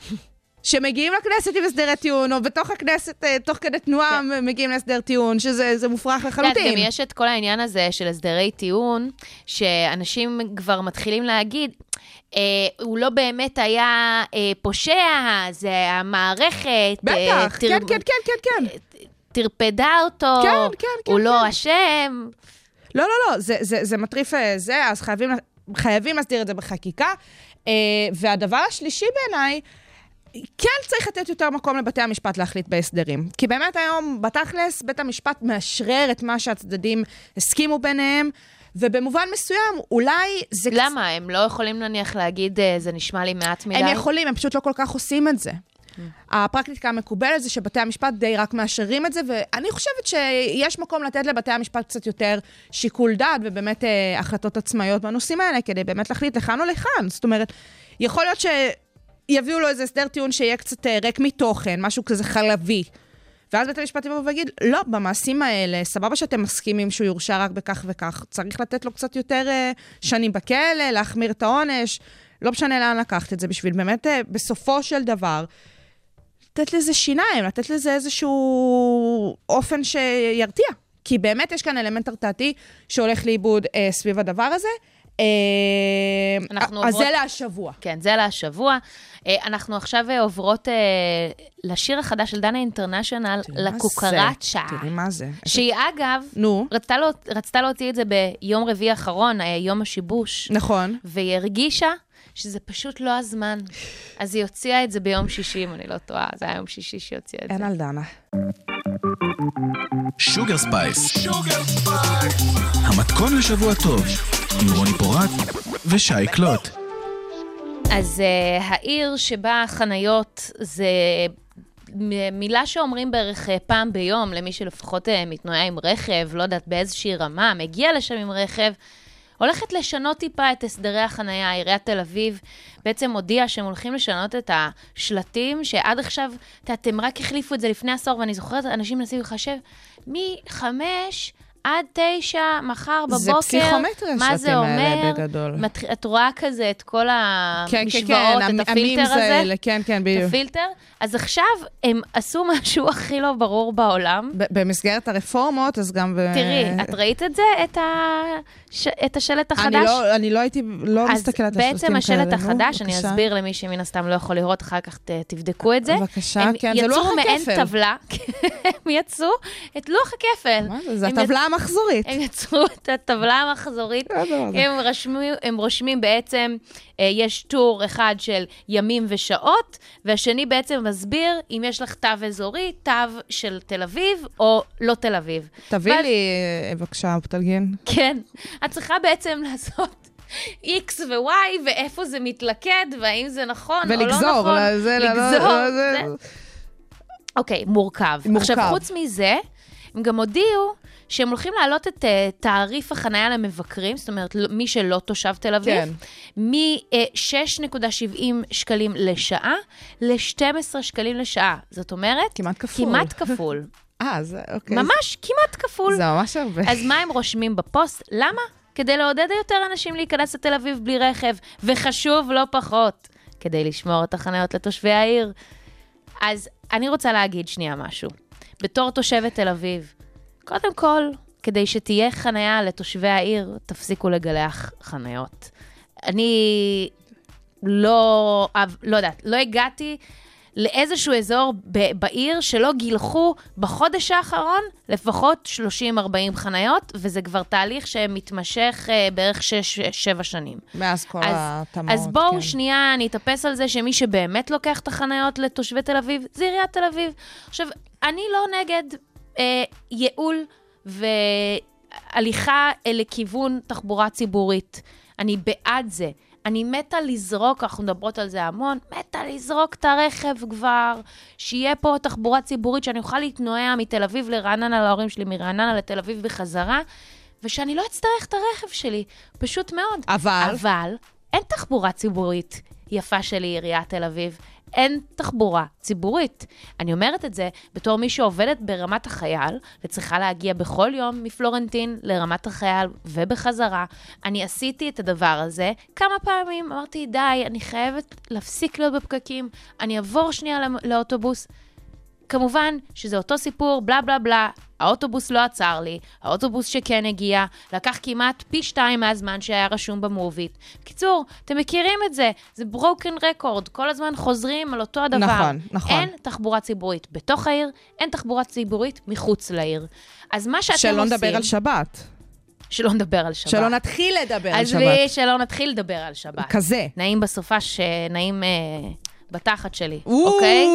שמגיעים לכנסת עם הסדרי טיעון, או בתוך הכנסת, תוך כדי תנועה, כן. מגיעים להסדר טיעון, שזה מופרך לחלוטין. גם יש את כל העניין הזה של הסדרי טיעון, שאנשים כבר מתחילים להגיד, אה, הוא לא באמת היה אה, פושע, זה המערכת. בטח, אה, כן, תר... כן, כן, כן, כן. תרפדה אותו, כן, כן, כן, הוא כן. לא אשם. לא, לא, לא, זה, זה, זה מטריף זה, אז חייבים, חייבים להסדיר את זה בחקיקה. אה, והדבר השלישי בעיניי, כן צריך לתת יותר מקום לבתי המשפט להחליט בהסדרים. כי באמת היום בתכלס בית המשפט מאשרר את מה שהצדדים הסכימו ביניהם, ובמובן מסוים אולי זה... למה? הם לא יכולים נניח להגיד, זה נשמע לי מעט מדי? הם יכולים, הם פשוט לא כל כך עושים את זה. הפרקטיקה המקובלת זה שבתי המשפט די רק מאשרים את זה, ואני חושבת שיש מקום לתת לבתי המשפט קצת יותר שיקול דעת, ובאמת החלטות עצמאיות בנושאים האלה, כדי באמת להחליט לכאן או לכאן. זאת אומרת, יכול להיות ש... יביאו לו איזה הסדר טיעון שיהיה קצת ריק מתוכן, משהו כזה חלבי. ואז בית המשפט יבוא ויגיד, לא, במעשים האלה, סבבה שאתם מסכימים שהוא יורשע רק בכך וכך, צריך לתת לו קצת יותר uh, שנים בכלא, להחמיר את העונש, לא משנה לאן לקחת את זה, בשביל באמת, uh, בסופו של דבר, לתת לזה שיניים, לתת לזה איזשהו אופן שירתיע. כי באמת יש כאן אלמנט הרתעתי שהולך לאיבוד uh, סביב הדבר הזה, אז זה להשבוע. כן, זה להשבוע. אנחנו עכשיו עוברות לשיר החדש של דנה אינטרנשיונל, לקוקרצ'ה. תראי מה זה. שהיא אגב, רצתה להוציא את זה ביום רביעי האחרון, יום השיבוש. נכון. והיא הרגישה שזה פשוט לא הזמן. אז היא הוציאה את זה ביום שישי, אם אני לא טועה. זה היה יום שישי שהיא הוציאה את זה. אין על דנה. שוגר ספייס. המתכון לשבוע טוב. עם רוני פורט ושי קלוט. אז uh, העיר שבה חניות זה מילה שאומרים בערך פעם ביום, למי שלפחות uh, מתנועה עם רכב, לא יודעת באיזושהי רמה, מגיע לשם עם רכב, הולכת לשנות טיפה את הסדרי החנייה. עיריית תל אביב בעצם הודיעה שהם הולכים לשנות את השלטים, שעד עכשיו, אתם רק החליפו את זה לפני עשור, ואני זוכרת, אנשים מנסים לחשב, מחמש עד תשע, מחר בבוקר, זה פסיכומטריה מה זה אומר? בגדול. את רואה כזה את כל כן, המשוואות, כן, כן, את הפילטר הזה? האלה, כן, כן, בדיוק. את הפילטר? אז עכשיו הם עשו משהו הכי לא ברור בעולם. במסגרת הרפורמות, אז גם... תראי, את ראית את זה? את, ה... ש... את השלט החדש? אני לא, אני לא הייתי, לא מסתכלת על השלטים כאלה. אז בעצם השלט החדש, אני אסביר למי שמן הסתם לא יכול לראות, אחר כך ת... תבדקו את זה. בבקשה, כן, זה לוח הכפל. הם יצאו מעין טבלה, הם יצאו את לוח הכפל. מה זה? זה הטבלה המחזורית. הם יצרו את הטבלה המחזורית, הם רשמים, הם רושמים בעצם, יש טור אחד של ימים ושעות, והשני בעצם מסביר אם יש לך תו אזורי, תו של תל אביב או לא תל אביב. תביא לי, בבקשה, פטלגין. כן, את צריכה בעצם לעשות X ו-Y, ואיפה זה מתלכד, והאם זה נכון או לא נכון. ולגזור. לגזור. אוקיי, מורכב. מורכב. עכשיו, חוץ מזה, הם גם הודיעו שהם הולכים להעלות את uh, תעריף החנייה למבקרים, זאת אומרת, מי שלא תושב תל אביב, כן. מ-שש נקודה שבעים שקלים לשעה, ל-שתים עשרה שקלים לשעה. זאת אומרת, כמעט כפול. כמעט כפול. אה, זה אוקיי. ממש כמעט כפול. זה ממש הרבה. אז מה הם רושמים בפוסט? למה? כדי לעודד יותר אנשים להיכנס לתל אביב בלי רכב, וחשוב לא פחות, כדי לשמור את החניות לתושבי העיר. אז אני רוצה להגיד שנייה משהו. בתור תושבת תל אביב, קודם כל, כדי שתהיה חניה לתושבי העיר, תפסיקו לגלח חניות. אני לא, לא יודעת, לא הגעתי לאיזשהו אזור בעיר שלא גילחו בחודש האחרון לפחות שלושים ארבעים חניות, וזה כבר תהליך שמתמשך בערך שש שבע שנים. מאז כל התמות. אז בואו כן. שנייה, אני אתאפס על זה שמי שבאמת לוקח את החניות לתושבי תל אביב, זה עיריית תל אביב. עכשיו, אני לא נגד אה, ייעול והליכה לכיוון תחבורה ציבורית. אני בעד זה. אני מתה לזרוק, אנחנו מדברות על זה המון, מתה לזרוק את הרכב כבר, שיהיה פה תחבורה ציבורית, שאני אוכל להתנועע מתל אביב לרעננה להורים שלי, מרעננה לתל אביב בחזרה, ושאני לא אצטרך את הרכב שלי, פשוט מאוד. אבל? אבל אין תחבורה ציבורית יפה שלי, עיריית תל אביב. אין תחבורה ציבורית. אני אומרת את זה בתור מי שעובדת ברמת החייל, וצריכה להגיע בכל יום מפלורנטין לרמת החייל ובחזרה. אני עשיתי את הדבר הזה כמה פעמים, אמרתי, די, אני חייבת להפסיק להיות בפקקים, אני אעבור שנייה לאוטובוס. כמובן שזה אותו סיפור, בלה בלה בלה, האוטובוס לא עצר לי, האוטובוס שכן הגיע, לקח כמעט פי שתיים מהזמן שהיה רשום במובית. קיצור, אתם מכירים את זה, זה ברוקן רקורד, כל הזמן חוזרים על אותו הדבר. נכון, נכון. אין תחבורה ציבורית בתוך העיר, אין תחבורה ציבורית מחוץ לעיר. אז מה שאתם שלא עושים... שלא נדבר על שבת. שלא נדבר על שבת. שלא נתחיל לדבר על שבת. אז שלא נתחיל לדבר על שבת. כזה. נעים בסופש, נעים... בתחת שלי, אוקיי?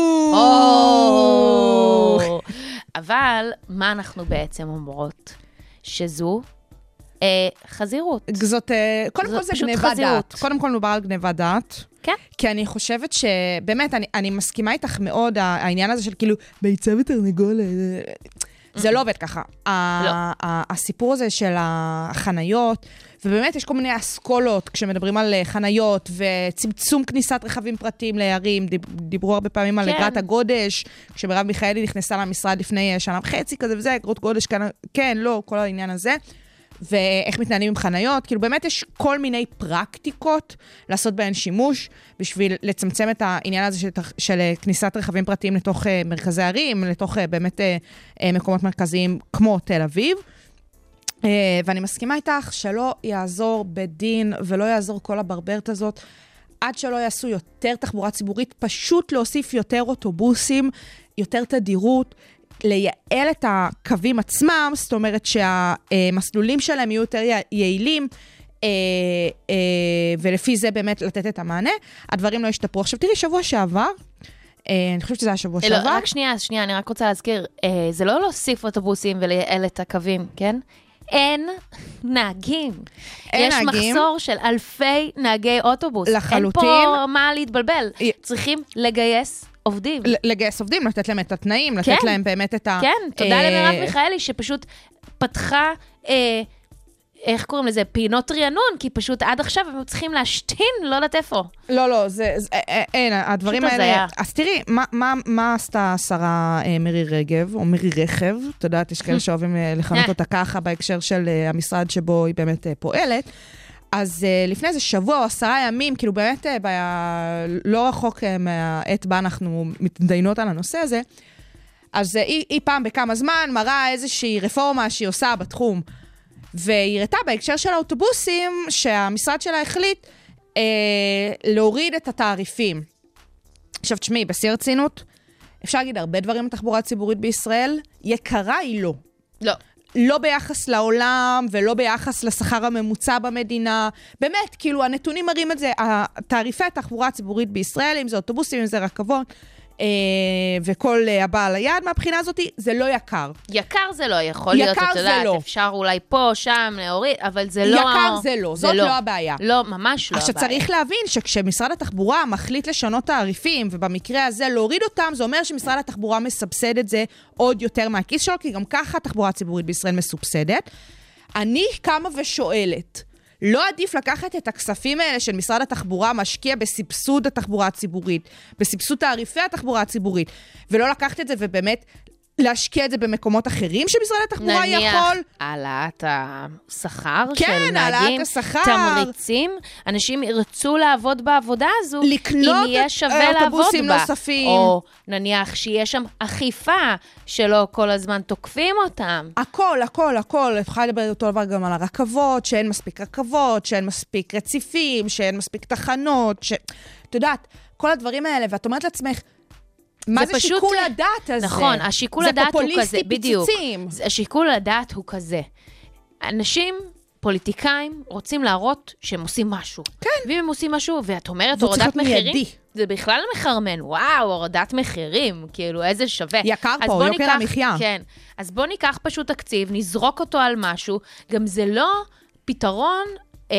אבל מה אנחנו בעצם אומרות? שזו חזירות. זאת, קודם כל זה גניבת דעת. קודם כל נובר על גניבת דעת. כן. כי אני חושבת שבאמת, אני מסכימה איתך מאוד, העניין הזה של כאילו, ביצה ותרנגול, זה לא עובד ככה. הסיפור הזה של החניות, ובאמת יש כל מיני אסכולות כשמדברים על חניות וצמצום כניסת רכבים פרטיים לערים, דיברו הרבה פעמים על אגרת הגודש, כשמרב מיכאלי נכנסה למשרד לפני שנה וחצי כזה וזה, אגרות גודש, כן, לא, כל העניין הזה, ואיך מתנהלים עם חניות, כאילו באמת יש כל מיני פרקטיקות לעשות בהן שימוש, בשביל לצמצם את העניין הזה של, של כניסת רכבים פרטיים לתוך מרכזי ערים, לתוך באמת מקומות מרכזיים כמו תל אביב, אה, ואני מסכימה איתך שלא יעזור בדין ולא יעזור כל הברברת הזאת, עד שלא יעשו יותר תחבורה ציבורית, פשוט להוסיף יותר אוטובוסים, יותר תדירות, לייעל את הקווים עצמם, זאת אומרת שהמסלולים שלהם יהיו יותר יעילים, אה, אה, ולפי זה באמת לתת את המענה, הדברים לא ישתפרו. עכשיו תראי, שבוע שעבר, אה, אני חושבת שזה היה שבוע לא, שעבר. רק שנייה, שנייה, אני רק רוצה להזכיר, אה, זה לא להוסיף אוטובוסים ולייעל את הקווים, כן? אין נהגים. אין יש נהגים. מחסור של אלפי נהגי אוטובוס. לחלוטין. אין פה מה להתבלבל. י- צריכים לגייס עובדים. ל- לגייס עובדים, לתת להם את התנאים, לתת כן. להם באמת את ה... כן, תודה אה, למרב מיכאלי, שפשוט פתחה, אה, איך קוראים לזה? פינות רענון, כי פשוט עד עכשיו הם צריכים להשתין, לא יודעת איפה. לא, לא, זה, זה, אה, אין, הדברים פשוט האלה... הזיה. אז תראי, מה, מה, מה עשתה השרה אה, מירי רגב, או מירי רכב, את יודעת, יש כאלה שאוהבים אה, לכנות אותה ככה, בהקשר של אה, המשרד שבו היא באמת אה, פועלת. אז uh, לפני איזה שבוע או עשרה ימים, כאילו באמת uh, ב... לא רחוק uh, מהעת בה אנחנו מתדיינות על הנושא הזה, אז uh, היא, היא פעם בכמה זמן מראה איזושהי רפורמה שהיא עושה בתחום, והיא הראתה בהקשר של האוטובוסים שהמשרד שלה החליט uh, להוריד את התעריפים. עכשיו תשמעי, בשיא הרצינות, אפשר להגיד הרבה דברים בתחבורה הציבורית בישראל, יקרה היא לא. לא. לא ביחס לעולם, ולא ביחס לשכר הממוצע במדינה. באמת, כאילו, הנתונים מראים את זה. התעריפי התחבורה הציבורית בישראל, אם זה אוטובוסים, אם זה רכבות, אה, וכל אה, הבעל היד מהבחינה הזאת, זה לא יקר. יקר זה לא יכול להיות, יקר את זה יודעת, לא. אפשר אולי פה, שם, להוריד, אבל זה לא... יקר זה לא, זאת לא הבעיה. לא, ממש לא עכשיו הבעיה. צריך להבין שכשמשרד התחבורה מחליט לשנות תעריפים, ובמקרה הזה להוריד אותם, זה אומר שמשרד התחבורה מסבסד את זה עוד יותר מהכיס שלו, כי גם ככה התחבורה הציבורית בישראל מסובסדת. אני קמה ושואלת, לא עדיף לקחת את הכספים האלה של משרד התחבורה, משקיע בסבסוד התחבורה הציבורית, בסבסוד תעריפי התחבורה הציבורית, ולא לקחת את זה ובאמת להשקיע את זה במקומות אחרים שמשרד התחבורה יכול? נניח העלאת השכר כן, של העלאת נהגים, השכר. תמריצים, אנשים ירצו לעבוד בעבודה הזו, לקנות אם יהיה את שווה לעבוד אוטובוסים בה. נוספים. או נניח שיש שם אכיפה, שלא כל הזמן תוקפים אותם. הכל, הכל, הכל. אפשר לדבר אותו דבר גם על הרכבות, שאין מספיק רכבות, שאין מספיק רציפים, שאין מספיק תחנות, ש... את יודעת, כל הדברים האלה, ואת אומרת לעצמך, מה זה, זה פשוט, שיקול הדעת הזה? נכון, השיקול הדעת הוא כזה, זה פופוליסטי פיצוצים. השיקול הדעת הוא כזה. אנשים, פוליטיקאים, רוצים להראות שהם עושים משהו. כן. ואם הם עושים משהו, ואת אומרת הורדת מחירים, מיידי. זה בכלל מחרמן. וואו, הורדת מחירים, כאילו, איזה שווה. יקר פה, יוקר ניקח, המחיה. כן. אז בוא ניקח פשוט תקציב, נזרוק אותו על משהו. גם זה לא פתרון אה,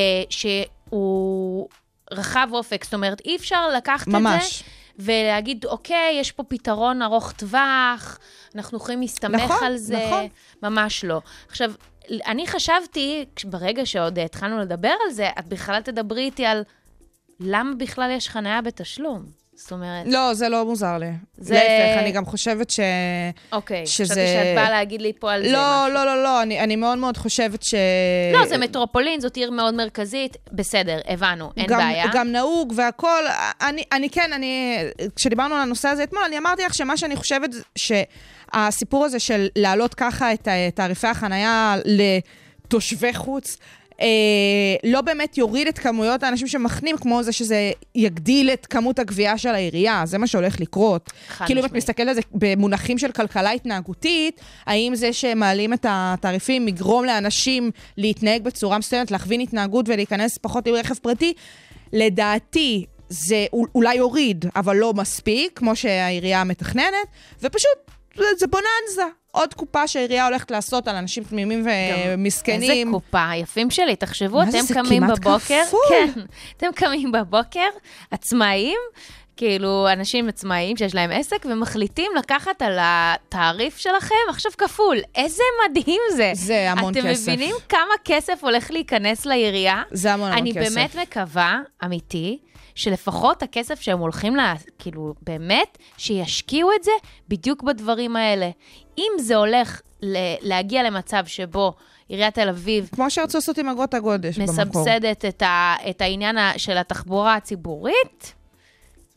שהוא רחב אופק. זאת אומרת, אי אפשר לקחת ממש. את זה. ולהגיד, אוקיי, יש פה פתרון ארוך טווח, אנחנו יכולים להסתמך נכון, על זה. נכון. ממש לא. עכשיו, אני חשבתי, ברגע שעוד התחלנו לדבר על זה, את בכלל תדברי איתי על למה בכלל יש חניה בתשלום. זאת אומרת... לא, זה לא מוזר לי. זה... להפך, אני גם חושבת ש... אוקיי, שזה... חשבתי שאת באה להגיד לי פה על זה לא, משהו. לא, לא, לא, אני, אני מאוד מאוד חושבת ש... לא, זה מטרופולין, זאת עיר מאוד מרכזית, בסדר, הבנו, אין גם, בעיה. גם נהוג והכל, אני, אני כן, אני, כשדיברנו על הנושא הזה אתמול, אני אמרתי לך שמה שאני חושבת שהסיפור הזה של להעלות ככה את תעריפי החנייה לתושבי חוץ, אה, לא באמת יוריד את כמויות האנשים שמחנים, כמו זה שזה יגדיל את כמות הגבייה של העירייה, זה מה שהולך לקרות. כאילו אם את מסתכלת על זה במונחים של כלכלה התנהגותית, האם זה שמעלים את התעריפים יגרום לאנשים להתנהג בצורה מסוימת, להכווין התנהגות ולהיכנס פחות עם רכב פרטי, לדעתי זה אולי יוריד, אבל לא מספיק, כמו שהעירייה מתכננת, ופשוט זה בוננזה. עוד קופה שהעירייה הולכת לעשות על אנשים תמימים ומסכנים. איזה קופה, יפים שלי, תחשבו, אתם זה קמים כמעט בבוקר, כפול. כן, אתם קמים בבוקר, עצמאיים, כאילו אנשים עצמאיים שיש להם עסק, ומחליטים לקחת על התעריף שלכם, עכשיו כפול. איזה מדהים זה. זה המון אתם כסף. אתם מבינים כמה כסף הולך להיכנס לעירייה? זה המון המון אני כסף. באמת מקווה, אמיתי, שלפחות הכסף שהם הולכים לה, כאילו, באמת, שישקיעו את זה בדיוק בדברים האלה. אם זה הולך ל- להגיע למצב שבו עיריית תל אביב כמו שרצו לעשות עם אגרות הגודש במקור. מסבסדת את, ה- את העניין ה- של התחבורה הציבורית,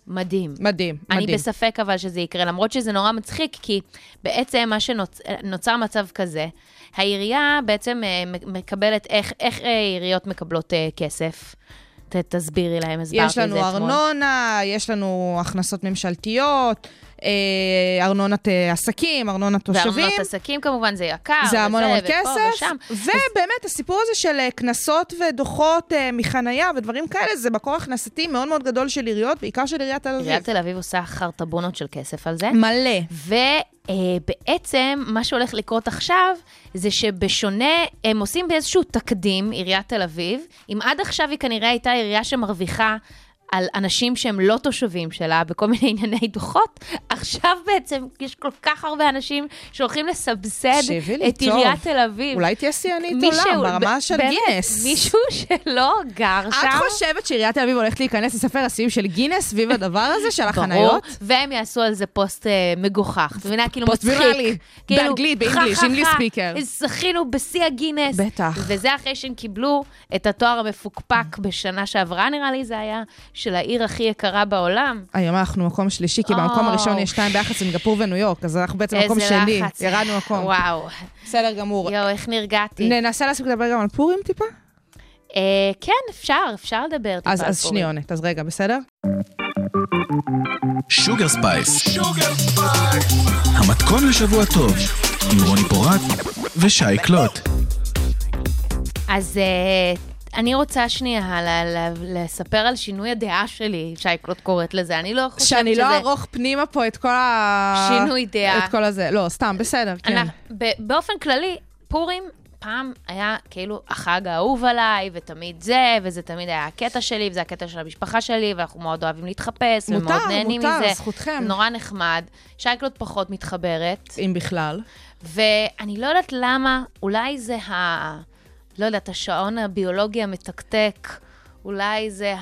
מדהים. מדהים, אני מדהים. בספק אבל שזה יקרה, למרות שזה נורא מצחיק, כי בעצם מה שנוצר מצב כזה, העירייה בעצם מקבלת, איך, איך עיריות מקבלות כסף? ת, תסבירי להם, הסברתי את זה אתמול. יש לנו ארנונה, יש לנו הכנסות ממשלתיות, ארנונת עסקים, ארנונת תושבים. וארנונת עסקים כמובן זה יקר. זה המון המון ופה כסף. ושם. ובאמת הסיפור הזה של כנסות ודוחות מחנייה ודברים כאלה, זה מקור הכנסתי מאוד מאוד גדול של עיריות, בעיקר של עיריית תל אביב. עיריית תל אביב עושה חרטבונות של כסף על זה. מלא. ובעצם מה שהולך לקרות עכשיו, זה שבשונה, הם עושים באיזשהו תקדים, עיריית תל אביב, אם עד עכשיו היא כנראה הייתה עירייה שמרוויחה, על אנשים שהם לא תושבים שלה, בכל מיני ענייני דוחות, עכשיו בעצם יש כל כך הרבה אנשים שהולכים לסבסד את עיריית תל אביב. אולי תהיה שיאנית עולם, ברמה של גינס. מישהו שלא גר שם. את חושבת שעיריית תל אביב הולכת להיכנס לספר השיאים של גינס סביב הדבר הזה, של החניות? והם יעשו על זה פוסט מגוחך. אתה מבינה, כאילו מצחיק. פוסט ויראלי. באנגלית, באנגליש, אנגליש ספיקר. זכינו בשיא הגינס. בטח. וזה אחרי שהם קיבלו את התואר המפוקפק בשנה שעברה, נראה לי זה היה, של העיר הכי יקרה בעולם. היום אנחנו מקום שלישי, כי במקום הראשון יש שתיים ביחס סינגפור וניו יורק, אז אנחנו בעצם מקום שלי. ירדנו מקום. וואו. בסדר גמור. יואו, איך נרגעתי. ננסה להספיק לדבר גם על פורים טיפה? כן, אפשר, אפשר לדבר טיפה על פורים. אז שניונת, אז רגע, בסדר? שוגר ספייס. המתכון לשבוע טוב, עם רוני פורט ושי קלוט. אז אני רוצה שנייה לספר על שינוי הדעה שלי, שי קלוט קוראת לזה, אני לא חושבת שזה... שאני לא ארוך פנימה פה את כל ה... שינוי דעה. את כל הזה, לא, סתם, בסדר, כן. באופן כללי, פורים פעם היה כאילו החג האהוב עליי, ותמיד זה, וזה תמיד היה הקטע שלי, וזה הקטע של המשפחה שלי, ואנחנו מאוד אוהבים להתחפש, ומאוד נהנים מזה. מותר, מותר, זכותכם. נורא נחמד. שי קלוט פחות מתחברת. אם בכלל. ואני לא יודעת למה, אולי זה ה... לא יודעת, השעון הביולוגי המתקתק, אולי זה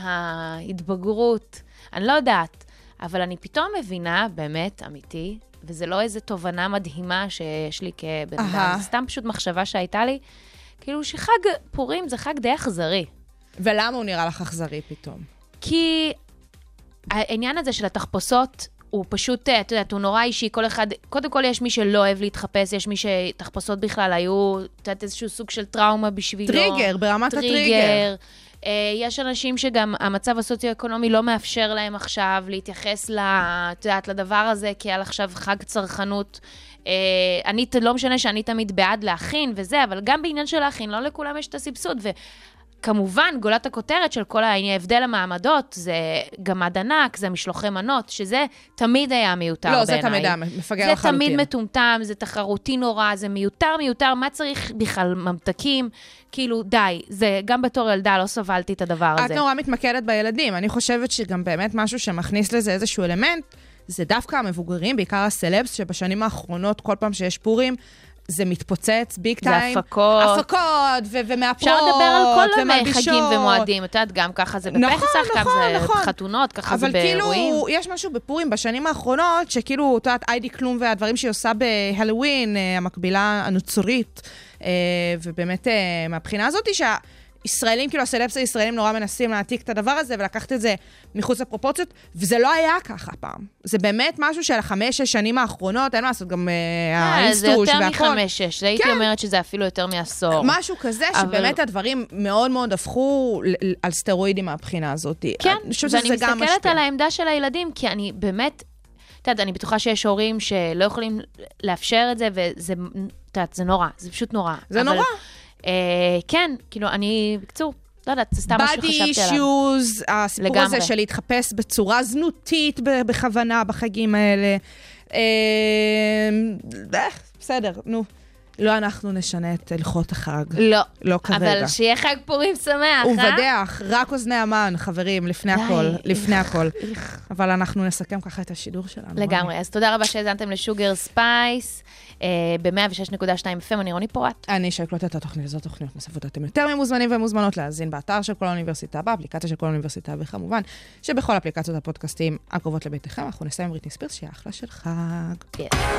ההתבגרות, אני לא יודעת, אבל אני פתאום מבינה, באמת, אמיתי, וזה לא איזו תובנה מדהימה שיש לי כבן אדם, זה סתם פשוט מחשבה שהייתה לי, כאילו שחג פורים זה חג די אכזרי. ולמה הוא נראה לך אכזרי פתאום? כי העניין הזה של התחפושות, הוא פשוט, אתה יודעת, הוא נורא אישי, כל אחד, קודם כל יש מי שלא אוהב להתחפש, יש מי שתחפשות בכלל היו, אתה יודעת, איזשהו סוג של טראומה בשבילו. טריגר, ברמת הטריגר. יש אנשים שגם המצב הסוציו-אקונומי לא מאפשר להם עכשיו להתייחס, את יודעת, לדבר הזה, כי על עכשיו חג צרכנות. אני, לא משנה שאני תמיד בעד להכין וזה, אבל גם בעניין של להכין, לא לכולם יש את הסבסוד, ו... כמובן, גולת הכותרת של כל ההבדל המעמדות, זה גמד ענק, זה משלוחי מנות, שזה תמיד היה מיותר בעיניי. לא, זה תמיד היה מפגר לחלוטין. זה תמיד מטומטם, זה תחרותי נורא, זה מיותר, מיותר, מה צריך בכלל ממתקים? כאילו, די, זה גם בתור ילדה לא סבלתי את הדבר הזה. את נורא מתמקדת בילדים, אני חושבת שגם באמת משהו שמכניס לזה איזשהו אלמנט, זה דווקא המבוגרים, בעיקר הסלבס, שבשנים האחרונות, כל פעם שיש פורים, זה מתפוצץ, ביג טיים. זה הפקות. הפקות, ו- ומאפרות, אפשר לדבר על כל ימי חגים ומועדים. את יודעת, גם ככה זה בפסח, נכון, ככה זה נכון. חתונות, ככה זה באירועים. אבל כאילו, יש משהו בפורים בשנים האחרונות, שכאילו, את יודעת, איידי כלום והדברים שהיא עושה בהלווין, המקבילה הנוצרית, ובאמת, מהבחינה הזאת היא שה... ישראלים, כאילו הסלבס הישראלים נורא מנסים להעתיק את הדבר הזה, ולקחת את זה מחוץ לפרופורציות, וזה לא היה ככה פעם. זה באמת משהו של החמש-שש שנים האחרונות, אין מה לעשות, גם האינסטוש והכל. זה יותר מחמש-שש, הייתי אומרת שזה אפילו יותר מעשור. משהו כזה, שבאמת הדברים מאוד מאוד הפכו על סטרואידים מהבחינה הזאת. כן, ואני מסתכלת על העמדה של הילדים, כי אני באמת, את יודעת, אני בטוחה שיש הורים שלא יכולים לאפשר את זה, וזה, את יודעת, זה נורא, זה פשוט נורא. זה נורא. כן, כאילו, אני, בקצור, לא יודעת, זה סתם מה שחשבתי עליו. body issues, הסיפור הזה של להתחפש בצורה זנותית בכוונה בחגים האלה. בסדר, נו. לא אנחנו נשנה את הלכות החג. לא. לא כרגע. אבל שיהיה חג פורים שמח, אה? ובדח, רק אוזני המן, חברים, לפני הכל, לפני הכל. אבל אנחנו נסכם ככה את השידור שלנו. לגמרי, אז תודה רבה שהזנתם לשוגר ספייס. ב-מאה ושש נקודה שתיים אף אם, אני רוני פורט. אני שקלוט את התוכנית הזאת, תוכניות נוספות. אתם יותר ממוזמנים ומוזמנות להאזין באתר של כל האוניברסיטה, באפליקציה של כל האוניברסיטה, וכמובן שבכל אפליקציות הפודקאסטים הקרובות לביתכם, אנחנו נסיים עם בריטני ספירס, שיהיה אחלה של חג.